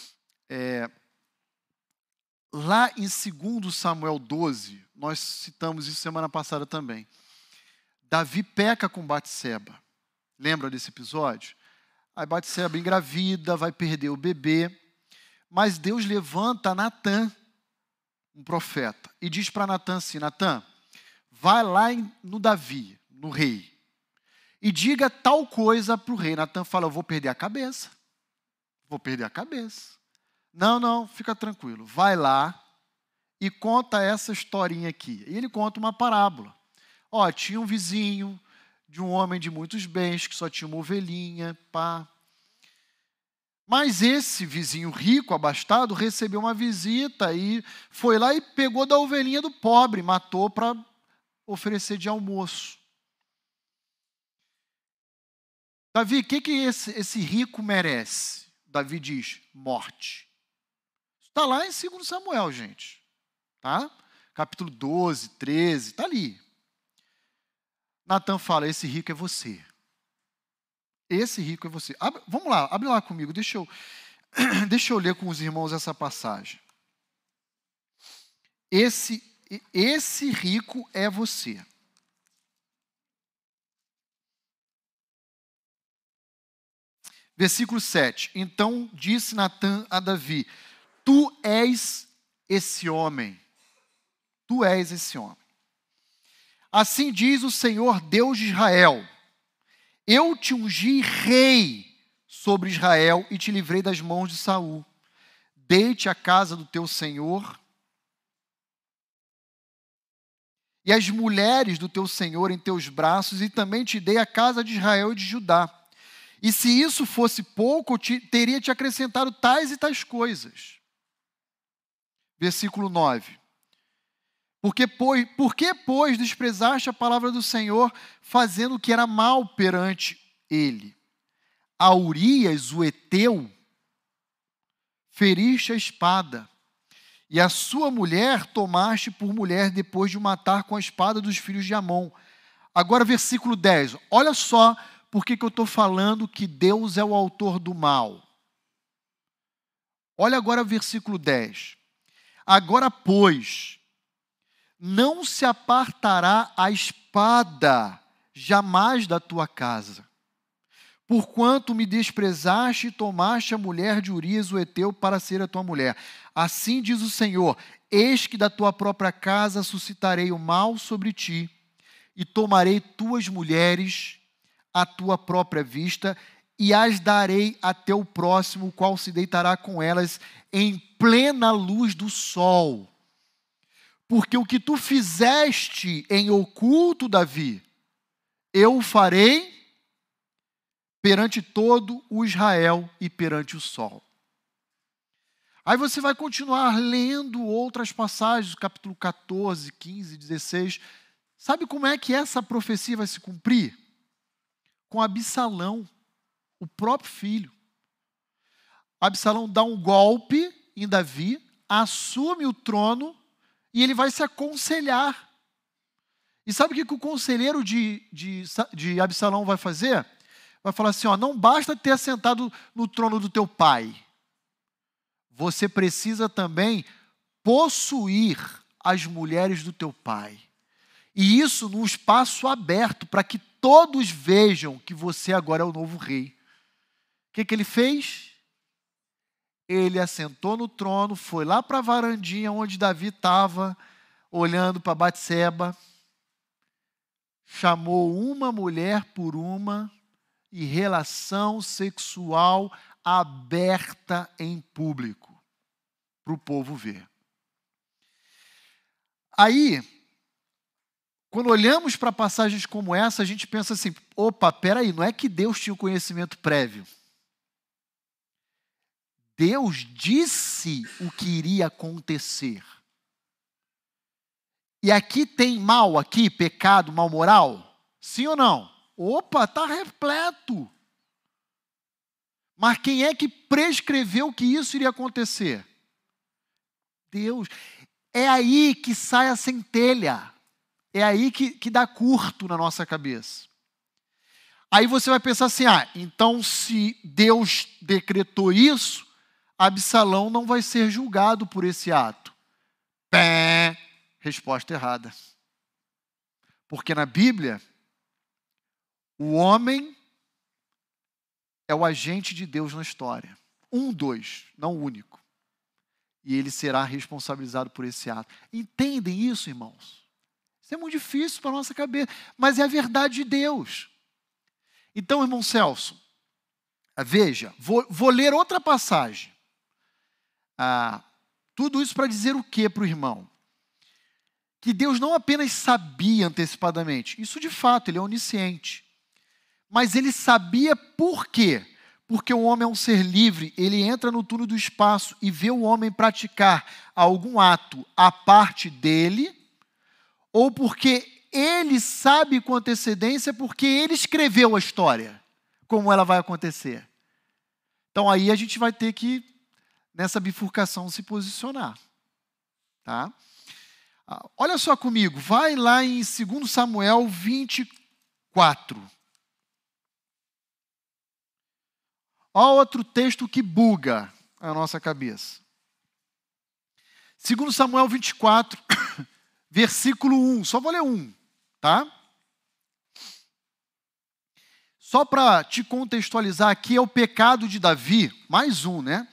lá em 2 Samuel 12, nós citamos isso semana passada também. Davi peca com Batseba. Lembra desse episódio? Aí Batseba engravida, vai perder o bebê. Mas Deus levanta Natã, um profeta, e diz para Natã assim: Natã, vai lá no Davi, no rei, e diga tal coisa para o rei. Natã fala: eu vou perder a cabeça. Não, fica tranquilo. Vai lá e conta essa historinha aqui. E ele conta uma parábola. Tinha um vizinho de um homem de muitos bens, que só tinha uma ovelhinha, pá. Mas esse vizinho rico, abastado, recebeu uma visita e foi lá e pegou da ovelhinha do pobre, matou para oferecer de almoço. Davi, o que esse rico merece? Davi diz: morte. Está lá em 2 Samuel, gente. Tá? Capítulo 12, 13, está ali. Natã fala: esse rico é você. Esse rico é você. Vamos lá, abre lá comigo, deixa eu ler com os irmãos essa passagem. Esse rico é você. Versículo 7. Então disse Natã a Davi: tu és esse homem. Tu és esse homem. Assim diz o Senhor Deus de Israel: eu te ungi rei sobre Israel e te livrei das mãos de Saul. Dei-te a casa do teu senhor e as mulheres do teu senhor em teus braços, e também te dei a casa de Israel e de Judá. E se isso fosse pouco, eu teria te acrescentado tais e tais coisas. Versículo 9. Por que, pois, desprezaste a palavra do Senhor, fazendo o que era mal perante ele? A Urias, o heteu, feriste a espada, e a sua mulher tomaste por mulher depois de o matar com a espada dos filhos de Amon. Agora, versículo 10. Olha só por que eu estou falando que Deus é o autor do mal. Olha agora o versículo 10. Agora, pois, não se apartará a espada jamais da tua casa, porquanto me desprezaste e tomaste a mulher de Urias o heteu para ser a tua mulher. Assim diz o Senhor: eis que da tua própria casa suscitarei o mal sobre ti, e tomarei tuas mulheres à tua própria vista, e as darei a teu próximo, o qual se deitará com elas em plena luz do sol. Porque o que tu fizeste em oculto, Davi, eu o farei perante todo o Israel e perante o sol. Aí você vai continuar lendo outras passagens, capítulo 14, 15, 16. Sabe como é que essa profecia vai se cumprir? Com Absalão, o próprio filho. Absalão dá um golpe em Davi, assume o trono e ele vai se aconselhar. E sabe o que o conselheiro de Absalão vai fazer? Vai falar assim, ó, não basta ter assentado no trono do teu pai, você precisa também possuir as mulheres do teu pai. E isso num espaço aberto, para que todos vejam que você agora é o novo rei. O que ele fez? Ele assentou no trono, foi lá para a varandinha onde Davi estava, olhando para Batseba, chamou uma mulher por uma, e relação sexual aberta em público, para o povo ver. Aí, quando olhamos para passagens como essa, a gente pensa assim, opa, peraí, não é que Deus tinha o conhecimento prévio. Deus disse o que iria acontecer. E aqui tem mal, aqui, pecado, mal moral? Sim ou não? Opa, está repleto. Mas quem é que prescreveu que isso iria acontecer? Deus. É aí que sai a centelha. É aí que dá curto na nossa cabeça. Aí você vai pensar assim, então se Deus decretou isso, Absalão não vai ser julgado por esse ato. Resposta errada. Porque na Bíblia, o homem é o agente de Deus na história. Não o único. E ele será responsabilizado por esse ato. Entendem isso, irmãos? Isso é muito difícil para a nossa cabeça, mas é a verdade de Deus. Então, irmão Celso, veja, vou ler outra passagem. Tudo isso para dizer o que para o irmão? Que Deus não apenas sabia antecipadamente, isso de fato, ele é onisciente. Mas ele sabia por quê? Porque o homem é um ser livre, ele entra no túnel do espaço e vê o homem praticar algum ato à parte dele, ou porque ele sabe com antecedência, porque ele escreveu a história, como ela vai acontecer. Então aí a gente vai ter que, nessa bifurcação, se posicionar. Tá? Olha só comigo, vai lá em 2 Samuel 24. Olha outro texto que buga a nossa cabeça. 2 Samuel 24, versículo 1. Só vou ler 1, tá? Só para te contextualizar aqui, é o pecado de Davi, mais um, né?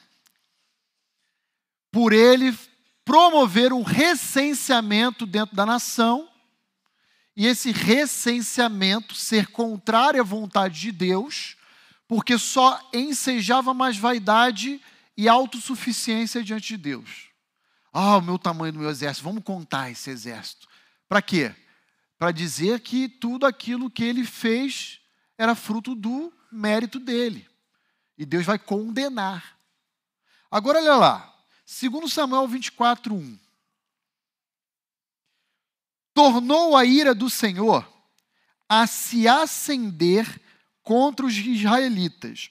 Por ele promover um recenseamento dentro da nação, e esse recenseamento ser contrário à vontade de Deus, porque só ensejava mais vaidade e autossuficiência diante de Deus. O meu tamanho do meu exército, vamos contar esse exército. Para quê? Para dizer que tudo aquilo que ele fez era fruto do mérito dele. E Deus vai condenar. Agora olha lá, 2 Samuel 24, 1. Tornou a ira do Senhor a se acender contra os israelitas.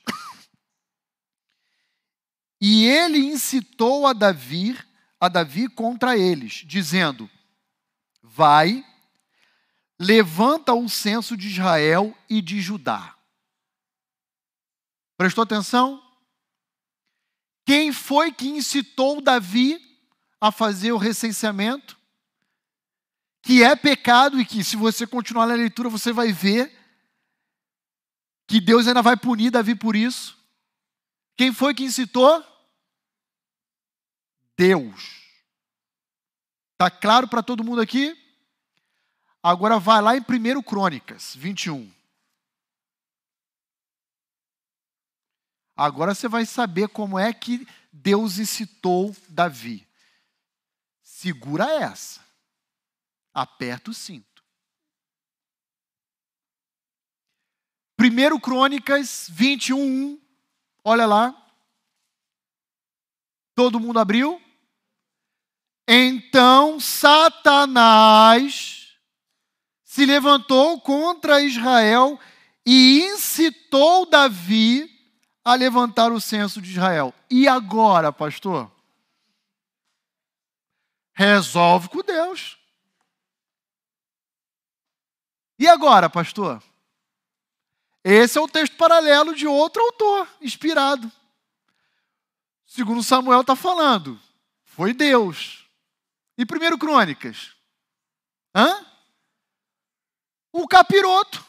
E ele incitou a Davi contra eles, dizendo: vai, levanta o censo de Israel e de Judá. Prestou atenção? Quem foi que incitou Davi a fazer o recenseamento? Que é pecado e que, se você continuar na leitura, você vai ver que Deus ainda vai punir Davi por isso. Quem foi que incitou? Deus. Está claro para todo mundo aqui? Agora vai lá em 1 Crônicas 21. Agora você vai saber como é que Deus incitou Davi. Segura essa. Aperta o cinto. 1 Crônicas 21, olha lá. Todo mundo abriu? Então Satanás se levantou contra Israel e incitou Davi a levantar o censo de Israel. E agora, pastor? Resolve com Deus. E agora, pastor? Esse é o texto paralelo de outro autor, inspirado. 2 Samuel está falando. Foi Deus. E 1 Crônicas? O capiroto.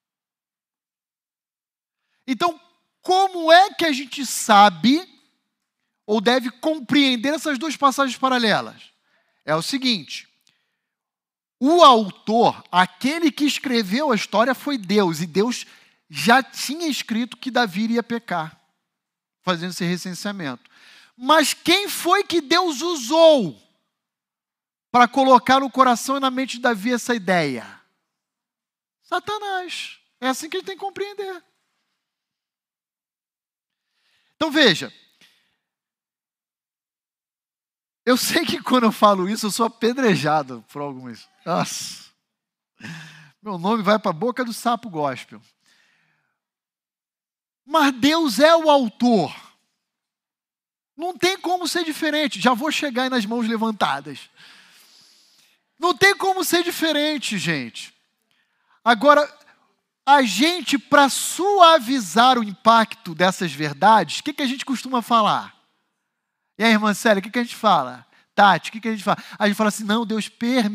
Então, como é que a gente sabe ou deve compreender essas duas passagens paralelas? É o seguinte: o autor, aquele que escreveu a história, foi Deus, e Deus já tinha escrito que Davi iria pecar, fazendo esse recenseamento. Mas quem foi que Deus usou para colocar no coração e na mente de Davi essa ideia? Satanás. É assim que a gente tem que compreender. Então veja, eu sei que quando eu falo isso, eu sou apedrejado por alguns. Nossa, meu nome vai para a boca do sapo gospel. Mas Deus é o autor. Não tem como ser diferente. Já vou chegar aí nas mãos levantadas. Não tem como ser diferente, gente. Agora, a gente, para suavizar o impacto dessas verdades, o que a gente costuma falar? E aí, irmã Célia, o que a gente fala? Tati, o que a gente fala? A gente fala assim: não, Deus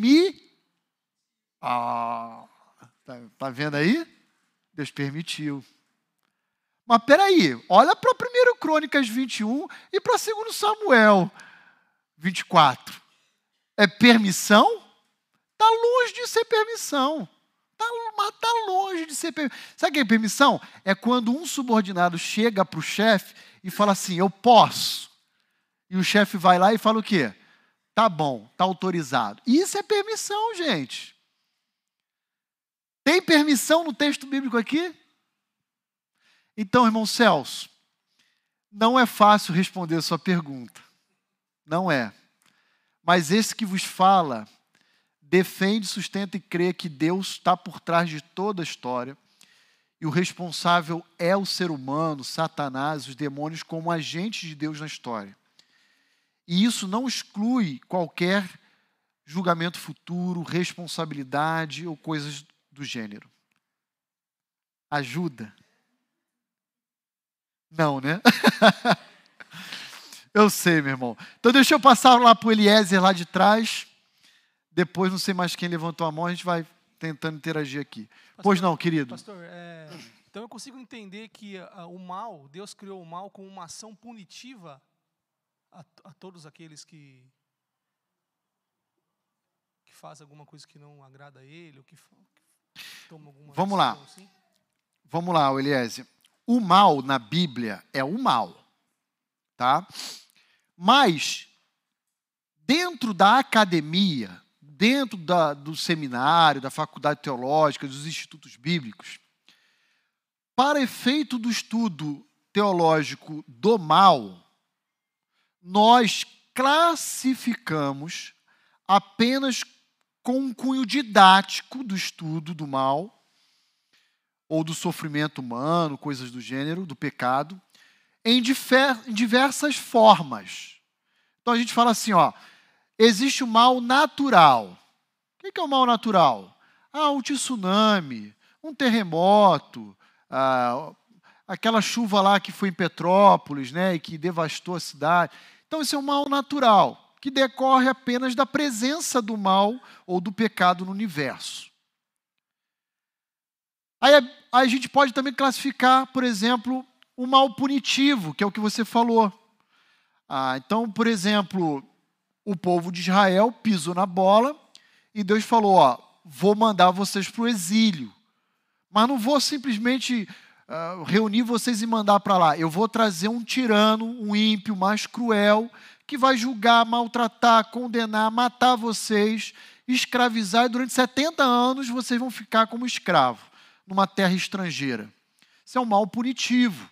tá vendo aí? Deus permitiu. Mas peraí, olha para 1 Crônicas 21 e para 2 Samuel 24. É permissão? Está longe de ser permissão. Está longe de ser permissão. Sabe o que é permissão? É quando um subordinado chega para o chefe e fala assim: eu posso. E o chefe vai lá e fala o quê? Tá bom, tá autorizado. Isso é permissão, gente. Tem permissão no texto bíblico aqui? Então, irmão Celso, não é fácil responder a sua pergunta. Não é. Mas esse que vos fala defende, sustenta e crê que Deus está por trás de toda a história e o responsável é o ser humano, Satanás, os demônios como agentes de Deus na história. E isso não exclui qualquer julgamento futuro, responsabilidade ou coisas do gênero. Ajuda. Não, né? Eu sei, meu irmão. Então deixa eu passar lá para o Eliezer lá de trás. Depois, não sei mais quem levantou a mão, a gente vai tentando interagir aqui. Pastor, Pois não, querido. Pastor, então eu consigo entender que o mal, Deus criou o mal como uma ação punitiva a todos aqueles que fazem alguma coisa que não agrada a Ele, ou que tomam alguma Vamos lá. decisão assim? Vamos lá, Eliezer. O mal na Bíblia é o mal, tá? Mas, dentro da academia, dentro do seminário, da faculdade teológica, dos institutos bíblicos, para efeito do estudo teológico do mal, nós classificamos apenas com um cunho didático do estudo do mal, ou do sofrimento humano, coisas do gênero, do pecado, em diversas formas. Então a gente fala assim, ó, existe o mal natural. O que é o mal natural? Um tsunami, um terremoto, aquela chuva lá que foi em Petrópolis, né, e que devastou a cidade. Então esse é um mal natural, que decorre apenas da presença do mal ou do pecado no universo. Aí a gente pode também classificar, por exemplo, o mal punitivo, que é o que você falou. Então, por exemplo, o povo de Israel pisou na bola e Deus falou, vou mandar vocês para o exílio, mas não vou simplesmente reunir vocês e mandar para lá. Eu vou trazer um tirano, um ímpio mais cruel, que vai julgar, maltratar, condenar, matar vocês, escravizar, e durante 70 anos vocês vão ficar como escravo numa terra estrangeira. Isso é um mal punitivo.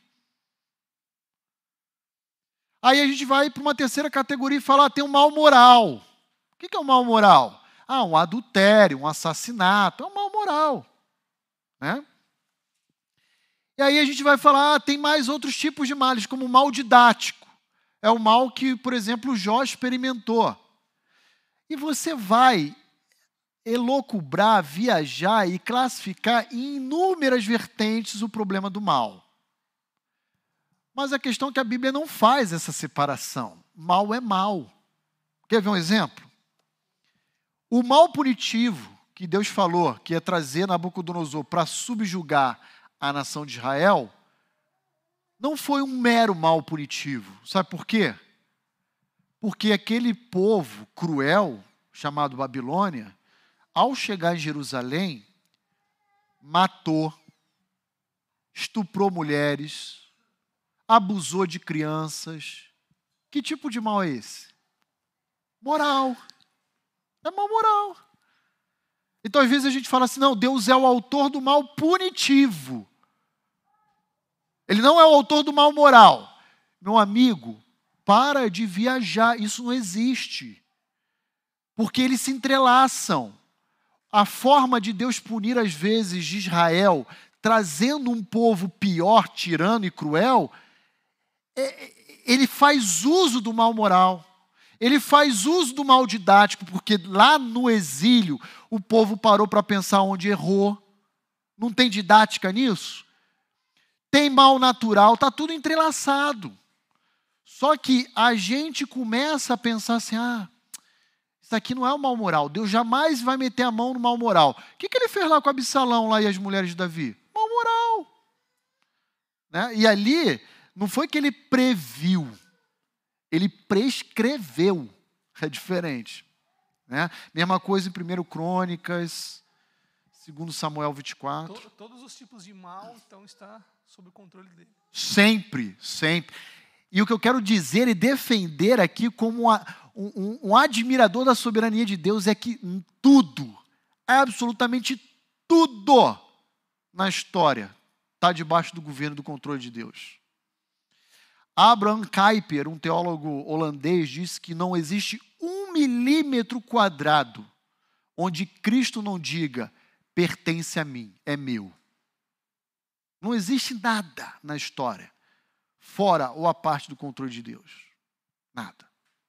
Aí a gente vai para uma terceira categoria e fala, tem um mal moral. O que é um mal moral? Um adultério, um assassinato, é um mal moral, né? E aí a gente vai falar, tem mais outros tipos de males, como o mal didático. É o mal que, por exemplo, Jó experimentou. E você vai elocubrar, viajar e classificar em inúmeras vertentes o problema do mal. Mas a questão é que a Bíblia não faz essa separação. Mal é mal. Quer ver um exemplo? O mal punitivo que Deus falou que ia trazer Nabucodonosor para subjugar a nação de Israel, não foi um mero mal punitivo. Sabe por quê? Porque aquele povo cruel, chamado Babilônia, ao chegar em Jerusalém, matou, estuprou mulheres, abusou de crianças. Que tipo de mal é esse? Moral. É mal moral. Então, às vezes, a gente fala assim, não, Deus é o autor do mal punitivo. Ele não é o autor do mal moral. Meu amigo, para de viajar, isso não existe. Porque eles se entrelaçam. A forma de Deus punir, às vezes, de Israel, trazendo um povo pior, tirano e cruel, ele faz uso do mal moral. Ele faz uso do mal didático, porque lá no exílio, o povo parou para pensar onde errou. Não tem didática nisso? Tem mal natural, está tudo entrelaçado. Só que a gente começa a pensar assim, isso aqui não é o mal moral. Deus jamais vai meter a mão no mal moral. O que ele fez lá com Absalão lá e as mulheres de Davi? Mal moral. Né? E ali, não foi que ele previu, ele prescreveu. É diferente. Né? Mesma coisa em 1 Crônicas, 2 Samuel 24. Todos os tipos de mal, então, está sob o controle dele. Sempre, sempre. E o que eu quero dizer e defender aqui como um admirador da soberania de Deus é que tudo, absolutamente tudo na história está debaixo do governo e do controle de Deus. Abraham Kuyper, um teólogo holandês, disse que não existe 1 milímetro quadrado onde Cristo não diga, pertence a mim, é meu. Não existe nada na história fora ou a parte do controle de Deus. Nada.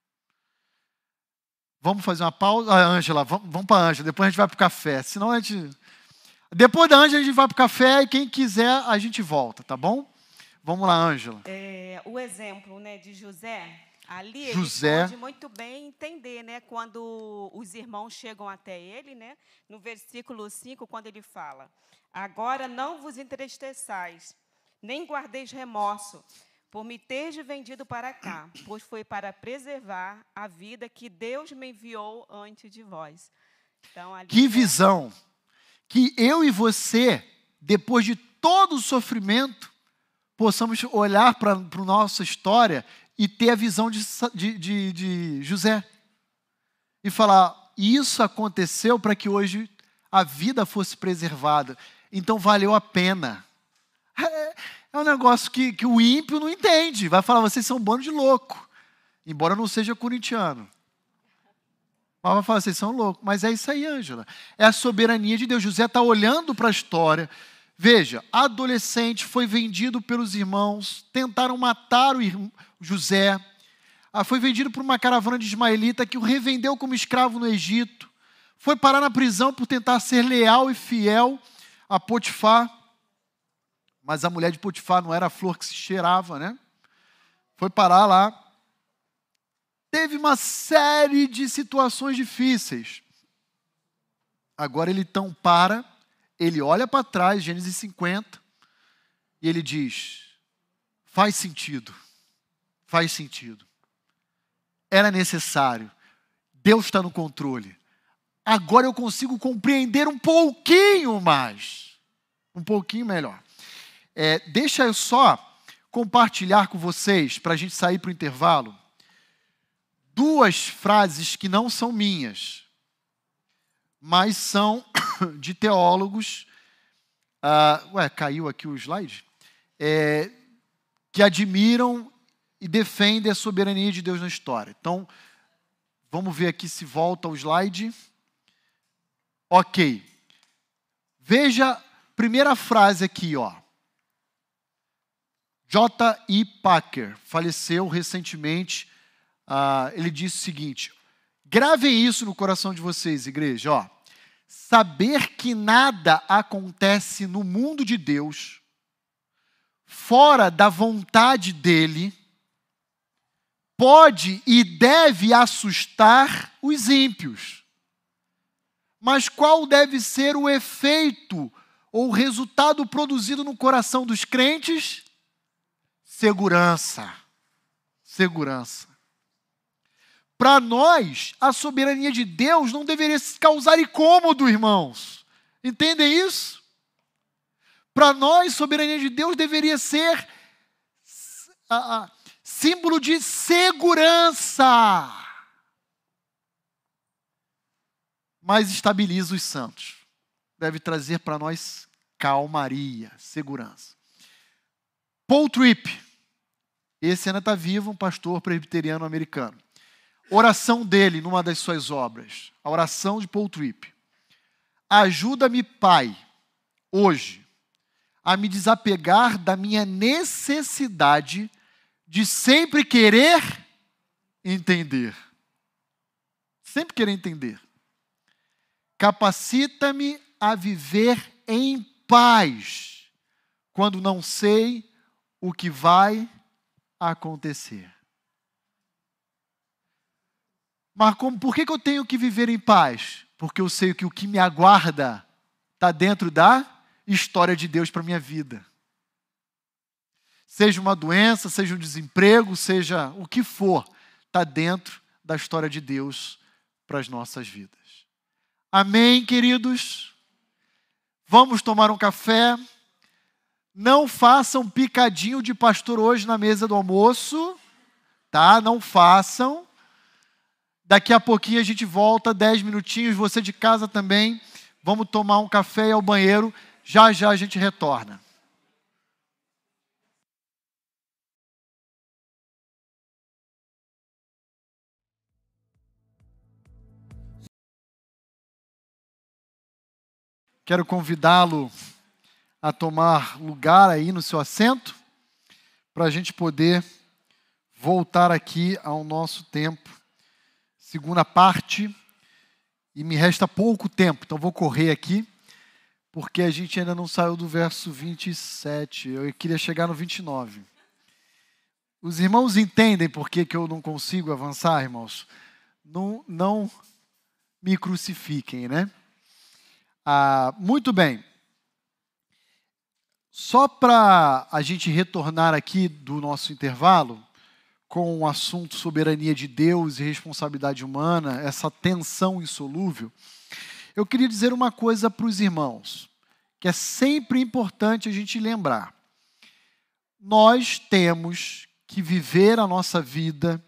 Vamos fazer uma pausa? Ângela, vamos para a Ângela, depois a gente vai para o café. Senão a gente... Depois da Ângela a gente vai para o café e quem quiser a gente volta, tá bom? Vamos lá, Ângela. O exemplo, né, de José, ali José. ele pode muito bem entender, né, quando os irmãos chegam até ele, né, no versículo 5, quando ele fala: agora não vos entristeçais, nem guardeis remorso, por me teres vendido para cá, pois foi para preservar a vida que Deus me enviou antes de vós. Então, ali, Que né, visão! Que eu e você, depois de todo o sofrimento, possamos olhar para a nossa história e ter a visão de José. E falar, isso aconteceu para que hoje a vida fosse preservada. Então valeu a pena. É um negócio que o ímpio não entende. Vai falar, vocês são um bando de louco. Embora eu não seja corintiano. Mas vai falar, vocês são loucos. Mas é isso aí, Ângela. É a soberania de Deus. José está olhando para a história. Veja, adolescente foi vendido pelos irmãos, tentaram matar o José. Foi vendido por uma caravana de ismaelita que o revendeu como escravo no Egito. Foi parar na prisão por tentar ser leal e fiel a Potifar. Mas a mulher de Potifar não era a flor que se cheirava, né? Foi parar lá. Teve uma série de situações difíceis. Agora ele então para, ele olha para trás, Gênesis 50, e ele diz, faz sentido, era necessário, Deus está no controle, agora eu consigo compreender um pouquinho mais, um pouquinho melhor. Deixa eu só compartilhar com vocês, para a gente sair para o intervalo, 2 frases que não são minhas, mas são de teólogos, caiu aqui o slide, que admiram e defendem a soberania de Deus na história. Então, vamos ver aqui se volta o slide. Ok. Veja a primeira frase aqui, ó. J.I. Packer, faleceu recentemente. Ele disse o seguinte, gravem isso no coração de vocês, igreja, ó. Saber que nada acontece no mundo de Deus fora da vontade dele pode e deve assustar os ímpios. Mas qual deve ser o efeito ou o resultado produzido no coração dos crentes? Segurança. Para nós, a soberania de Deus não deveria causar incômodo, irmãos. Entendem isso? Para nós, a soberania de Deus deveria ser símbolo de segurança. Mas estabiliza os santos. Deve trazer para nós calmaria, segurança. Paul Tripp, esse ainda está vivo, um pastor presbiteriano americano. Oração dele numa das suas obras, a oração de Paul Tripp. Ajuda-me, Pai, hoje, a me desapegar da minha necessidade de sempre querer entender. Sempre querer entender. Capacita-me a viver em paz, quando não sei o que vai acontecer. Mas por que eu tenho que viver em paz? Porque eu sei que o que me aguarda está dentro da história de Deus para a minha vida. Seja uma doença, seja um desemprego, seja o que for, está dentro da história de Deus para as nossas vidas. Amém, queridos? Vamos tomar um café. Não façam picadinho de pastor hoje na mesa do almoço, tá? Não façam. Daqui a pouquinho a gente volta, 10 minutinhos, você de casa também. Vamos tomar um café e ir ao banheiro. Já já a gente retorna. Quero convidá-lo a tomar lugar aí no seu assento, para a gente poder voltar aqui ao nosso tempo. Segunda parte, e me resta pouco tempo, então vou correr aqui porque a gente ainda não saiu do verso 27. Eu queria chegar no 29. Os irmãos entendem por que eu não consigo avançar, irmãos? Não me crucifiquem, né? Muito bem. Só para a gente retornar aqui do nosso intervalo, com o assunto soberania de Deus e responsabilidade humana, essa tensão insolúvel, eu queria dizer uma coisa para os irmãos, que é sempre importante a gente lembrar. Nós temos que viver a nossa vida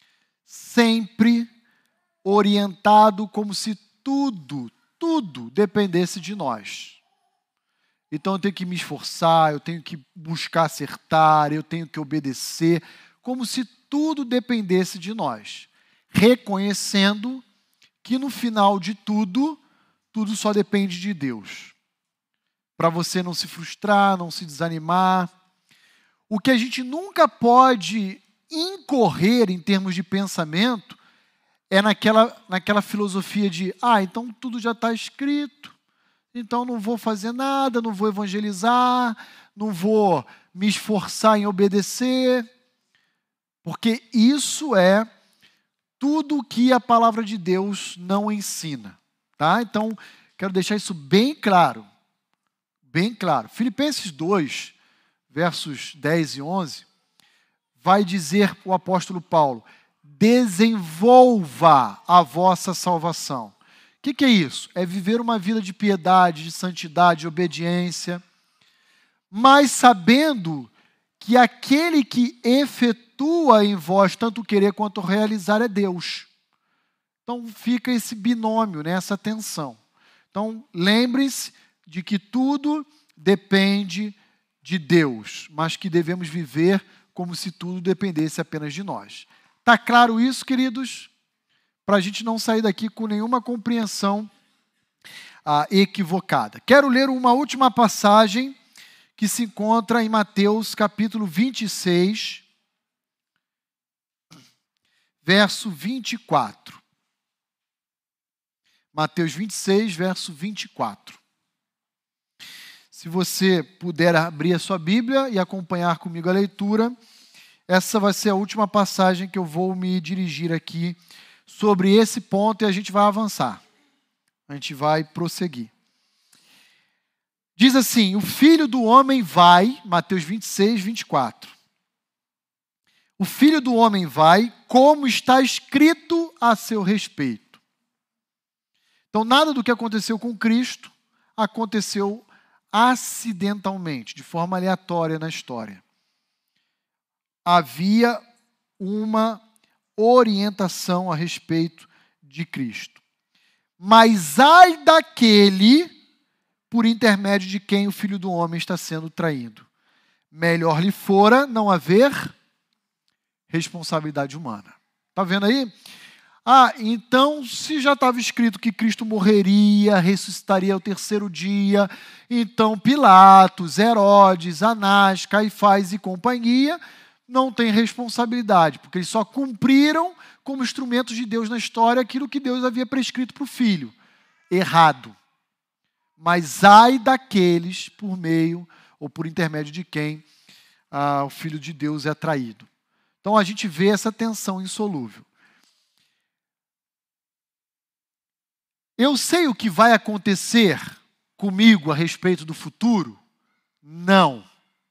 sempre orientado como se tudo dependesse de nós. Então eu tenho que me esforçar, eu tenho que buscar acertar, eu tenho que obedecer, como se tudo dependesse de nós, reconhecendo que no final de tudo só depende de Deus. Para você não se frustrar, não se desanimar. O que a gente nunca pode incorrer em termos de pensamento é naquela filosofia de, então tudo já está escrito, então não vou fazer nada, não vou evangelizar, não vou me esforçar em obedecer, porque isso é tudo o que a palavra de Deus não ensina. Tá? Então, quero deixar isso bem claro. Bem claro. Filipenses 2, versos 10 e 11, vai dizer o apóstolo Paulo, desenvolva a vossa salvação. O que é isso? É viver uma vida de piedade, de santidade, de obediência, mas sabendo que aquele que efetua em vós tanto querer quanto realizar é Deus. Então fica esse binômio, né, essa tensão. Então lembrem-se de que tudo depende de Deus, mas que devemos viver como se tudo dependesse apenas de nós. Está claro isso, queridos? Para a gente não sair daqui com nenhuma compreensão equivocada. Quero ler uma última passagem que se encontra em Mateus capítulo 26, verso 24. Mateus 26, verso 24. Se você puder abrir a sua Bíblia e acompanhar comigo a leitura, essa vai ser a última passagem que eu vou me dirigir aqui sobre esse ponto e a gente vai avançar. A gente vai prosseguir. Diz assim, o Filho do Homem vai, Mateus 26, 24. O Filho do Homem vai, como está escrito a seu respeito. Então, nada do que aconteceu com Cristo aconteceu acidentalmente, de forma aleatória na história. Havia uma orientação a respeito de Cristo. Mas ai daquele por intermédio de quem o Filho do Homem está sendo traído. Melhor lhe fora não haver responsabilidade humana. Está vendo aí? Então, se já estava escrito que Cristo morreria, ressuscitaria ao terceiro dia, então Pilatos, Herodes, Anás, Caifás e companhia não têm responsabilidade, porque eles só cumpriram como instrumentos de Deus na história aquilo que Deus havia prescrito para o Filho. Errado. Mas ai daqueles por meio ou por intermédio de quem o Filho de Deus é traído. Então a gente vê essa tensão insolúvel. Eu sei o que vai acontecer comigo a respeito do futuro? Não.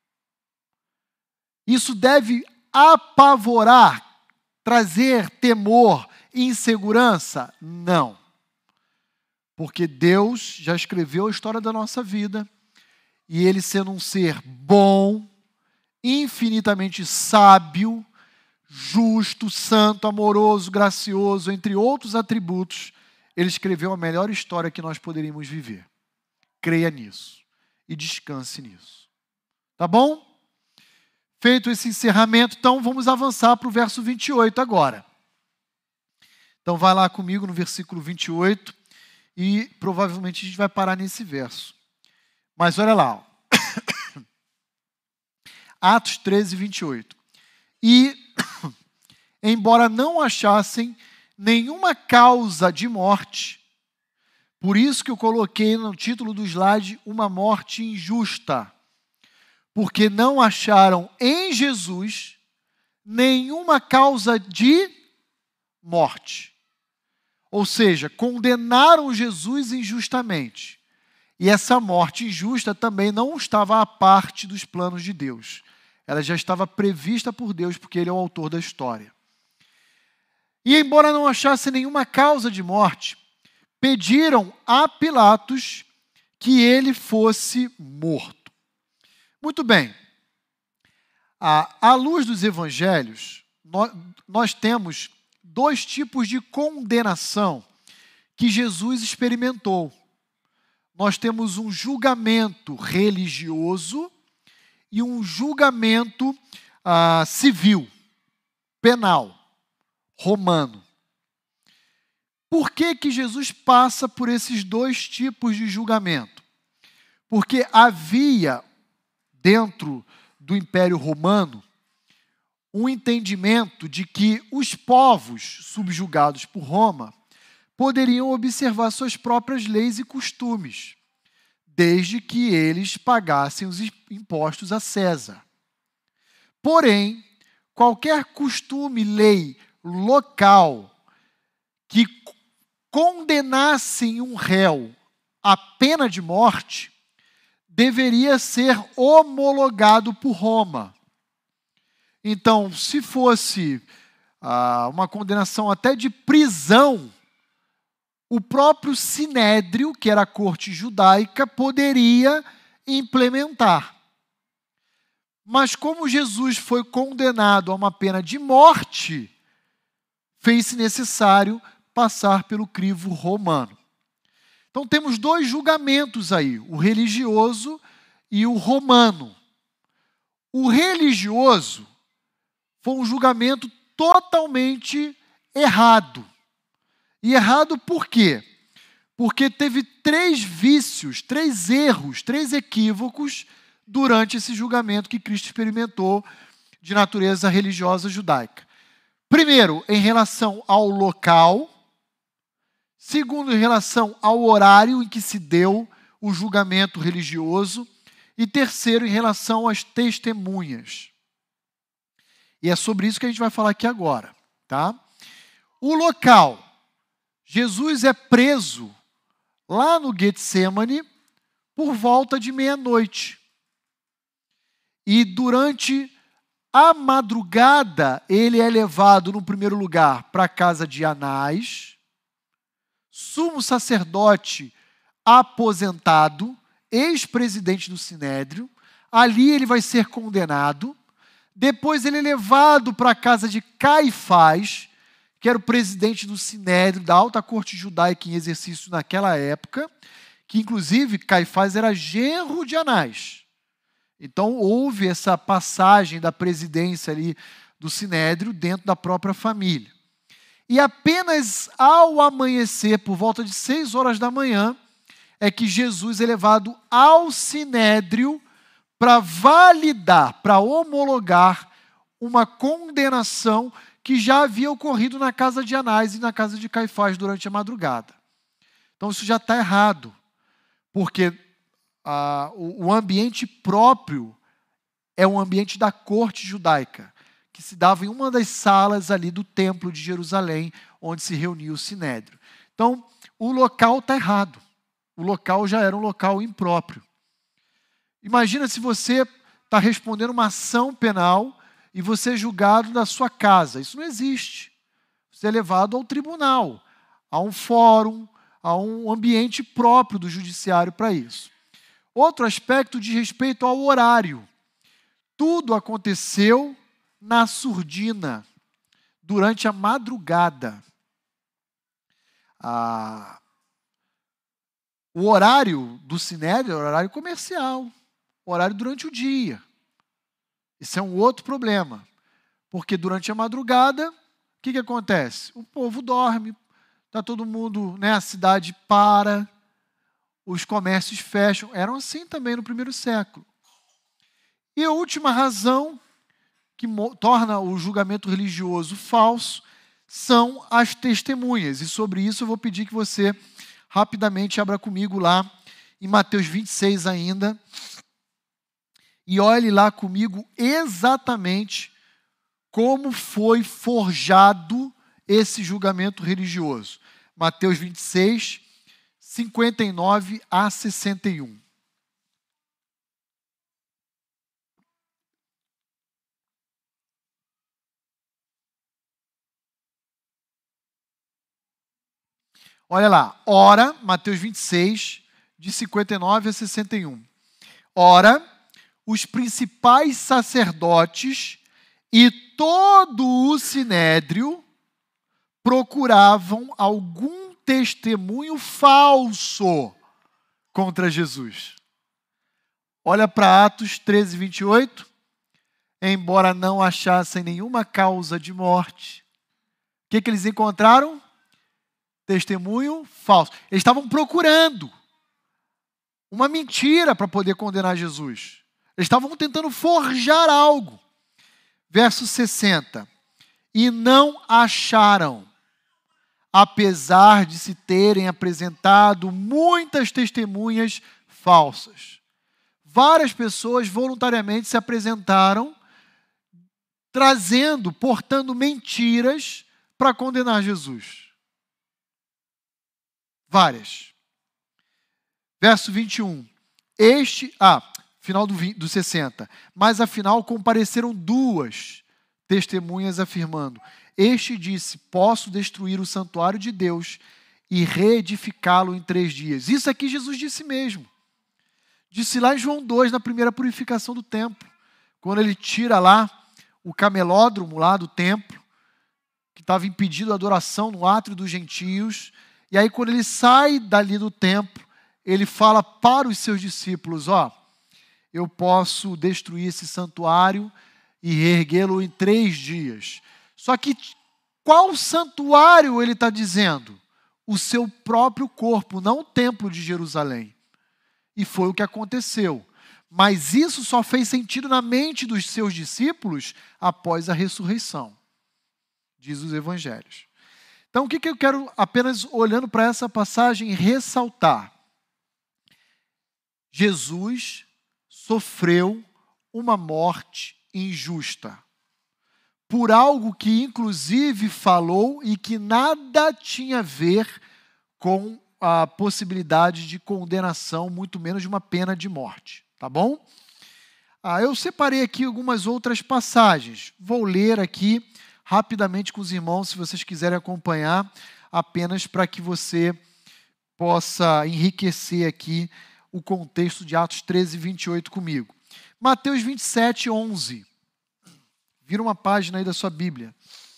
Isso deve apavorar, trazer temor, insegurança? Não. Porque Deus já escreveu a história da nossa vida e Ele, sendo um ser bom, infinitamente sábio, justo, santo, amoroso, gracioso, entre outros atributos, Ele escreveu a melhor história que nós poderíamos viver. Creia nisso e descanse nisso. Tá bom? Feito esse encerramento, então vamos avançar para o verso 28 agora. Então vai lá comigo no versículo 28 e provavelmente a gente vai parar nesse verso. Mas olha lá. Ó. Atos 13, 28. E, embora não achassem nenhuma causa de morte, Por isso que eu coloquei no título do slide uma morte injusta. Porque não acharam em Jesus nenhuma causa de morte. Ou seja, condenaram Jesus injustamente. E essa morte injusta também não estava à parte dos planos de Deus. Ela já estava prevista por Deus, porque Ele é o autor da história. E embora não achasse nenhuma causa de morte, pediram a Pilatos que ele fosse morto. Muito bem. À luz dos evangelhos, nós temos dois tipos de condenação que Jesus experimentou. Nós temos um julgamento religioso e um julgamento civil, penal, romano. Por que Jesus passa por esses dois tipos de julgamento? Porque havia, dentro do Império Romano, um entendimento de que os povos subjugados por Roma poderiam observar suas próprias leis e costumes, desde que eles pagassem os impostos a César. Porém, qualquer costume, lei local que condenasse um réu à pena de morte deveria ser homologado por Roma. Então, se fosse uma condenação até de prisão, o próprio Sinédrio, que era a corte judaica, poderia implementar. Mas como Jesus foi condenado a uma pena de morte, fez-se necessário passar pelo crivo romano. Então temos dois julgamentos aí, o religioso e o romano. O religioso foi um julgamento totalmente errado. E errado por quê? Porque teve 3 vícios, 3 erros, 3 equívocos durante esse julgamento que Cristo experimentou de natureza religiosa judaica. Primeiro, em relação ao local. Segundo, em relação ao horário em que se deu o julgamento religioso. E terceiro, em relação às testemunhas. E é sobre isso que a gente vai falar aqui agora, tá? O local. Jesus é preso lá no Getsêmani por volta de meia-noite. E durante a madrugada, ele é levado, no primeiro lugar, para a casa de Anás, sumo sacerdote aposentado, ex-presidente do Sinédrio. Ali ele vai ser condenado. Depois ele é levado para a casa de Caifás, que era o presidente do Sinédrio, da alta corte judaica em exercício naquela época, que inclusive Caifás era genro de Anás. Então houve essa passagem da presidência ali do Sinédrio dentro da própria família. E apenas ao amanhecer, por volta de 6 horas da manhã, é que Jesus é levado ao Sinédrio para validar, para homologar uma condenação que já havia ocorrido na casa de Anás e na casa de Caifás durante a madrugada. Então isso já está errado, porque o ambiente próprio é um ambiente da corte judaica, que se dava em uma das salas ali do templo de Jerusalém, onde se reunia o Sinédrio. Então, o local está errado. O local já era um local impróprio. Imagina se você está respondendo uma ação penal e você é julgado da sua casa. Isso não existe. Você é levado ao tribunal, a um fórum, a um ambiente próprio do judiciário para isso. Outro aspecto diz respeito ao horário. Tudo aconteceu na surdina, durante a madrugada. O horário do Sinédrio é o horário comercial, o horário durante o dia. Isso é um outro problema, porque durante a madrugada, o que acontece? O povo dorme, está todo mundo, a cidade para, os comércios fecham. Eram assim também no primeiro século. E a última razão que torna o julgamento religioso falso são as testemunhas. E sobre isso eu vou pedir que você rapidamente abra comigo lá em Mateus 26 ainda. E olhe lá comigo exatamente como foi forjado esse julgamento religioso. Mateus 26, 59 a 61. Olha lá, ora, Mateus 26, de 59 a 61. Ora, os principais sacerdotes e todo o sinédrio procuravam algum testemunho falso contra Jesus. Olha para Atos 13, 28. Embora não achassem nenhuma causa de morte, o que eles encontraram? Testemunho falso. Eles estavam procurando uma mentira para poder condenar Jesus. Eles estavam tentando forjar algo. Verso 60. E não acharam, apesar de se terem apresentado muitas testemunhas falsas. Várias pessoas voluntariamente se apresentaram, portando mentiras para condenar Jesus. Várias. Verso 21. Final do 60. Mas afinal compareceram duas testemunhas afirmando: este disse, posso destruir o santuário de Deus e reedificá-lo em 3 dias. Isso aqui Jesus disse mesmo. Disse lá em João 2, na primeira purificação do templo. Quando ele tira lá o camelódromo lá do templo, que estava impedido a adoração no átrio dos gentios. E aí quando ele sai dali do templo, ele fala para os seus discípulos, eu posso destruir esse santuário e reerguê-lo em 3 dias. Só que qual santuário ele está dizendo? O seu próprio corpo, não o templo de Jerusalém. E foi o que aconteceu. Mas isso só fez sentido na mente dos seus discípulos após a ressurreição, diz os evangelhos. Então, o que eu quero, apenas olhando para essa passagem, ressaltar? Jesus sofreu uma morte injusta por algo que, inclusive, falou e que nada tinha a ver com a possibilidade de condenação, muito menos de uma pena de morte. Tá bom? Eu separei aqui algumas outras passagens. Vou ler aqui rapidamente com os irmãos, se vocês quiserem acompanhar, apenas para que você possa enriquecer aqui o contexto de Atos 13, 28 comigo. Mateus 27, 11. Vira uma página aí da sua Bíblia.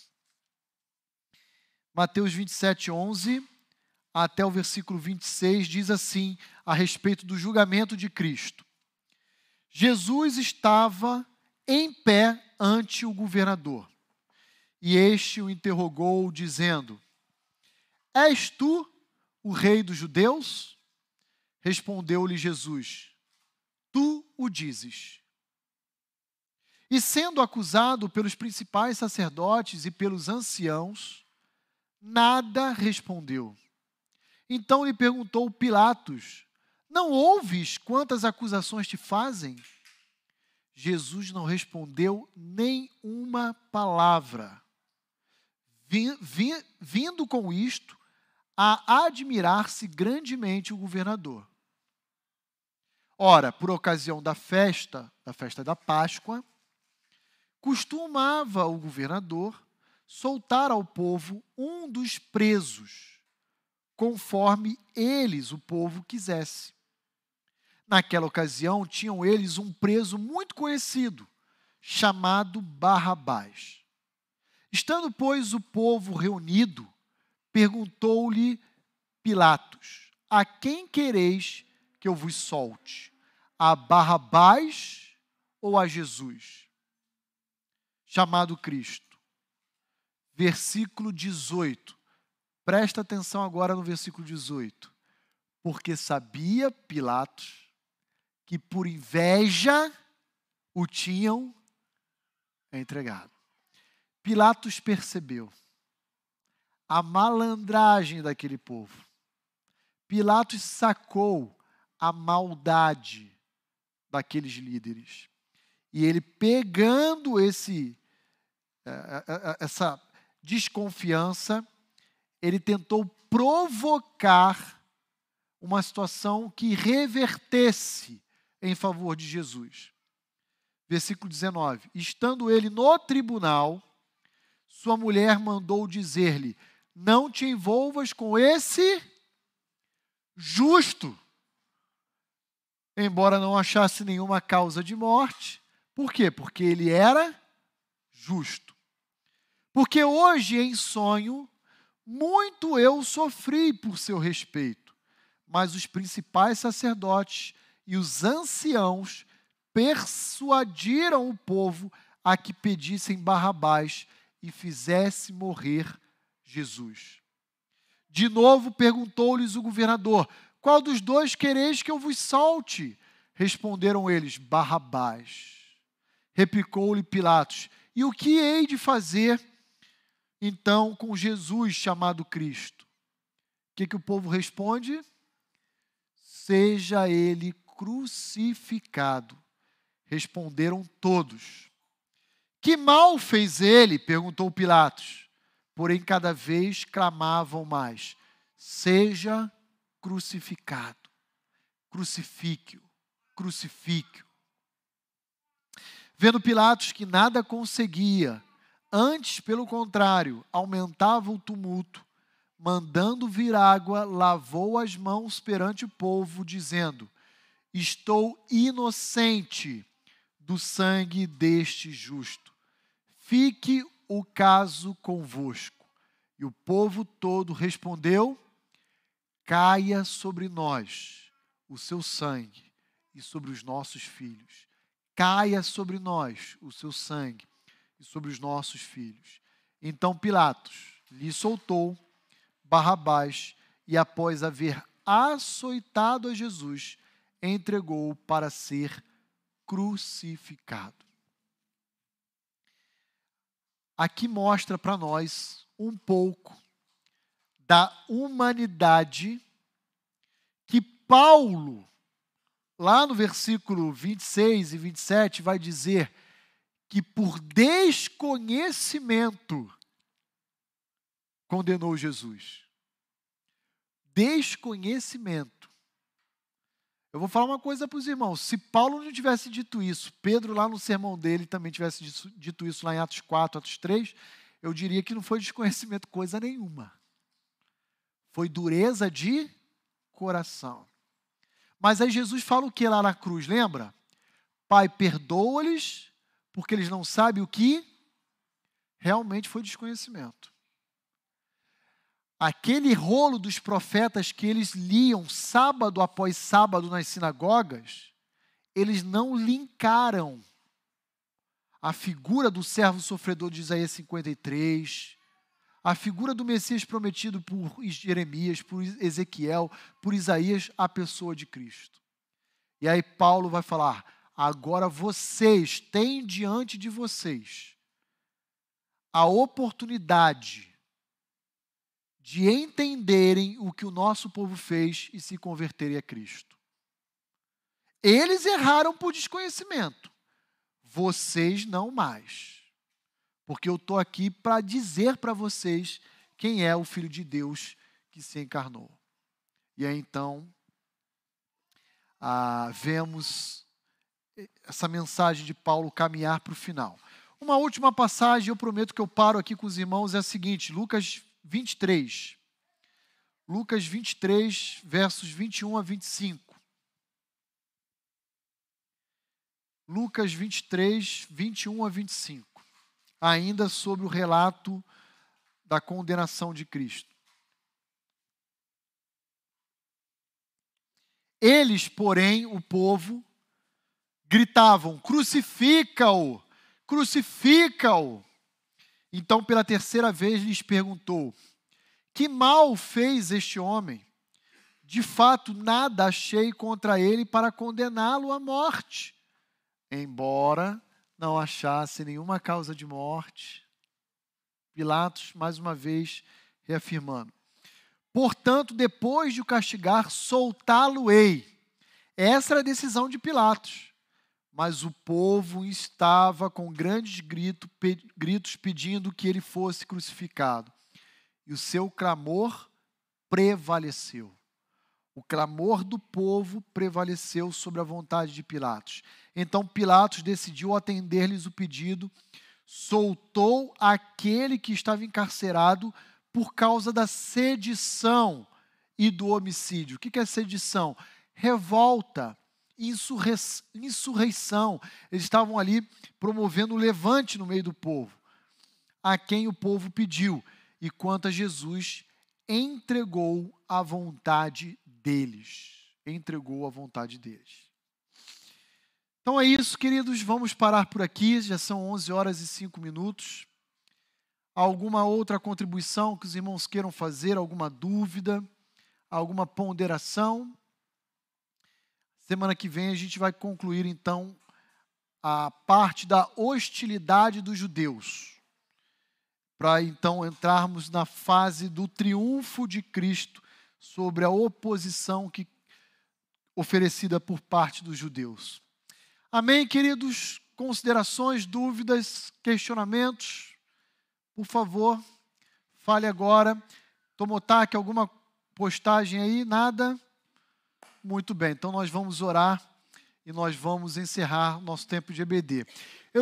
Mateus 27, 11, até o versículo 26, diz assim, a respeito do julgamento de Cristo. Jesus estava em pé ante o governador. E este o interrogou, dizendo, és tu o rei dos judeus? Respondeu-lhe Jesus, tu o dizes. E sendo acusado pelos principais sacerdotes e pelos anciãos, nada respondeu. Então lhe perguntou Pilatos, não ouves quantas acusações te fazem? Jesus não respondeu nem uma palavra. Vindo com isto a admirar-se grandemente o governador. Ora, por ocasião da festa da Páscoa, costumava o governador soltar ao povo um dos presos, conforme o povo quisesse. Naquela ocasião, tinham eles um preso muito conhecido, chamado Barrabás. Estando, pois, o povo reunido, perguntou-lhe Pilatos, a quem quereis que eu vos solte? A Barrabás ou a Jesus, chamado Cristo? Versículo 18. Presta atenção agora no versículo 18. Porque sabia Pilatos que por inveja o tinham entregado. Pilatos percebeu a malandragem daquele povo. Pilatos sacou a maldade daqueles líderes. E ele, pegando essa desconfiança, ele tentou provocar uma situação que revertesse em favor de Jesus. Versículo 19. Estando ele no tribunal, sua mulher mandou dizer-lhe: não te envolvas com esse justo. Embora não achasse nenhuma causa de morte. Por quê? Porque ele era justo. Porque hoje, em sonho, muito eu sofri por seu respeito, mas os principais sacerdotes e os anciãos persuadiram o povo a que pedissem Barrabás e fizesse morrer Jesus. De novo perguntou-lhes o governador: qual dos dois quereis que eu vos solte? Responderam eles: Barrabás. Replicou-lhe Pilatos: e o que hei de fazer então com Jesus chamado Cristo? O que o povo responde? Seja ele crucificado. Responderam todos. Que mal fez ele? Perguntou Pilatos. Porém, cada vez clamavam mais: seja crucificado. Crucifique-o. Crucifique-o. Vendo Pilatos que nada conseguia, antes, pelo contrário, aumentava o tumulto, mandando vir água, lavou as mãos perante o povo, dizendo: estou inocente do sangue deste justo. Fique o caso convosco. E o povo todo respondeu: caia sobre nós o seu sangue e sobre os nossos filhos. Caia sobre nós o seu sangue e sobre os nossos filhos. Então Pilatos lhe soltou Barrabás e, após haver açoitado a Jesus, entregou-o para ser crucificado. Aqui mostra para nós um pouco da humanidade que Paulo, lá no versículo 26 e 27, vai dizer que por desconhecimento condenou Jesus. Desconhecimento. Eu vou falar uma coisa para os irmãos. Se Paulo não tivesse dito isso, Pedro lá no sermão dele também tivesse dito isso lá em Atos 4, Atos 3, eu diria que não foi desconhecimento coisa nenhuma. Foi dureza de coração. Mas aí Jesus fala o que lá na cruz, lembra? Pai, perdoa-lhes, porque eles não sabem o que realmente foi desconhecimento. Aquele rolo dos profetas que eles liam sábado após sábado nas sinagogas, eles não linkaram a figura do servo sofredor de Isaías 53, a figura do Messias prometido por Jeremias, por Ezequiel, por Isaías, à pessoa de Cristo. E aí Paulo vai falar: agora vocês têm diante de vocês a oportunidade de entenderem o que o nosso povo fez e se converterem a Cristo. Eles erraram por desconhecimento. Vocês não mais. Porque eu estou aqui para dizer para vocês quem é o Filho de Deus que se encarnou. E aí então, vemos essa mensagem de Paulo caminhar para o final. Uma última passagem, eu prometo que eu paro aqui com os irmãos, é a seguinte: Lucas 23. Lucas 23, versos 21 a 25. Lucas 23, 21 a 25. Ainda sobre o relato da condenação de Cristo. Eles, porém, o povo, gritavam: crucifica-o, crucifica-o. Então, pela terceira vez, lhes perguntou: que mal fez este homem? De fato, nada achei contra ele para condená-lo à morte. Embora não achasse nenhuma causa de morte. Pilatos, mais uma vez, reafirmando: Portanto, depois de o castigar, soltá-lo-ei. Essa era a decisão de Pilatos. Mas o povo estava com grandes gritos pedindo que ele fosse crucificado. E o seu clamor prevaleceu. O clamor do povo prevaleceu sobre a vontade de Pilatos. Então Pilatos decidiu atender-lhes o pedido, soltou aquele que estava encarcerado por causa da sedição e do homicídio. O que é sedição? Revolta, insurreição. Eles estavam ali promovendo um levante no meio do povo, a quem o povo pediu. E quanto a Jesus, entregou a vontade deles. Entregou a vontade deles. Então é isso, queridos. Vamos parar por aqui. Já são 11 horas e 5 minutos. Alguma outra contribuição que os irmãos queiram fazer? Alguma dúvida? Alguma ponderação? Semana que vem a gente vai concluir, então, a parte da hostilidade dos judeus. Para, então, entrarmos na fase do triunfo de Cristo sobre a oposição oferecida por parte dos judeus. Amém, queridos? Considerações, dúvidas, questionamentos? Por favor, fale agora. Tomotaque, alguma postagem aí? Nada? Muito bem, então nós vamos orar e nós vamos encerrar nosso tempo de EBD.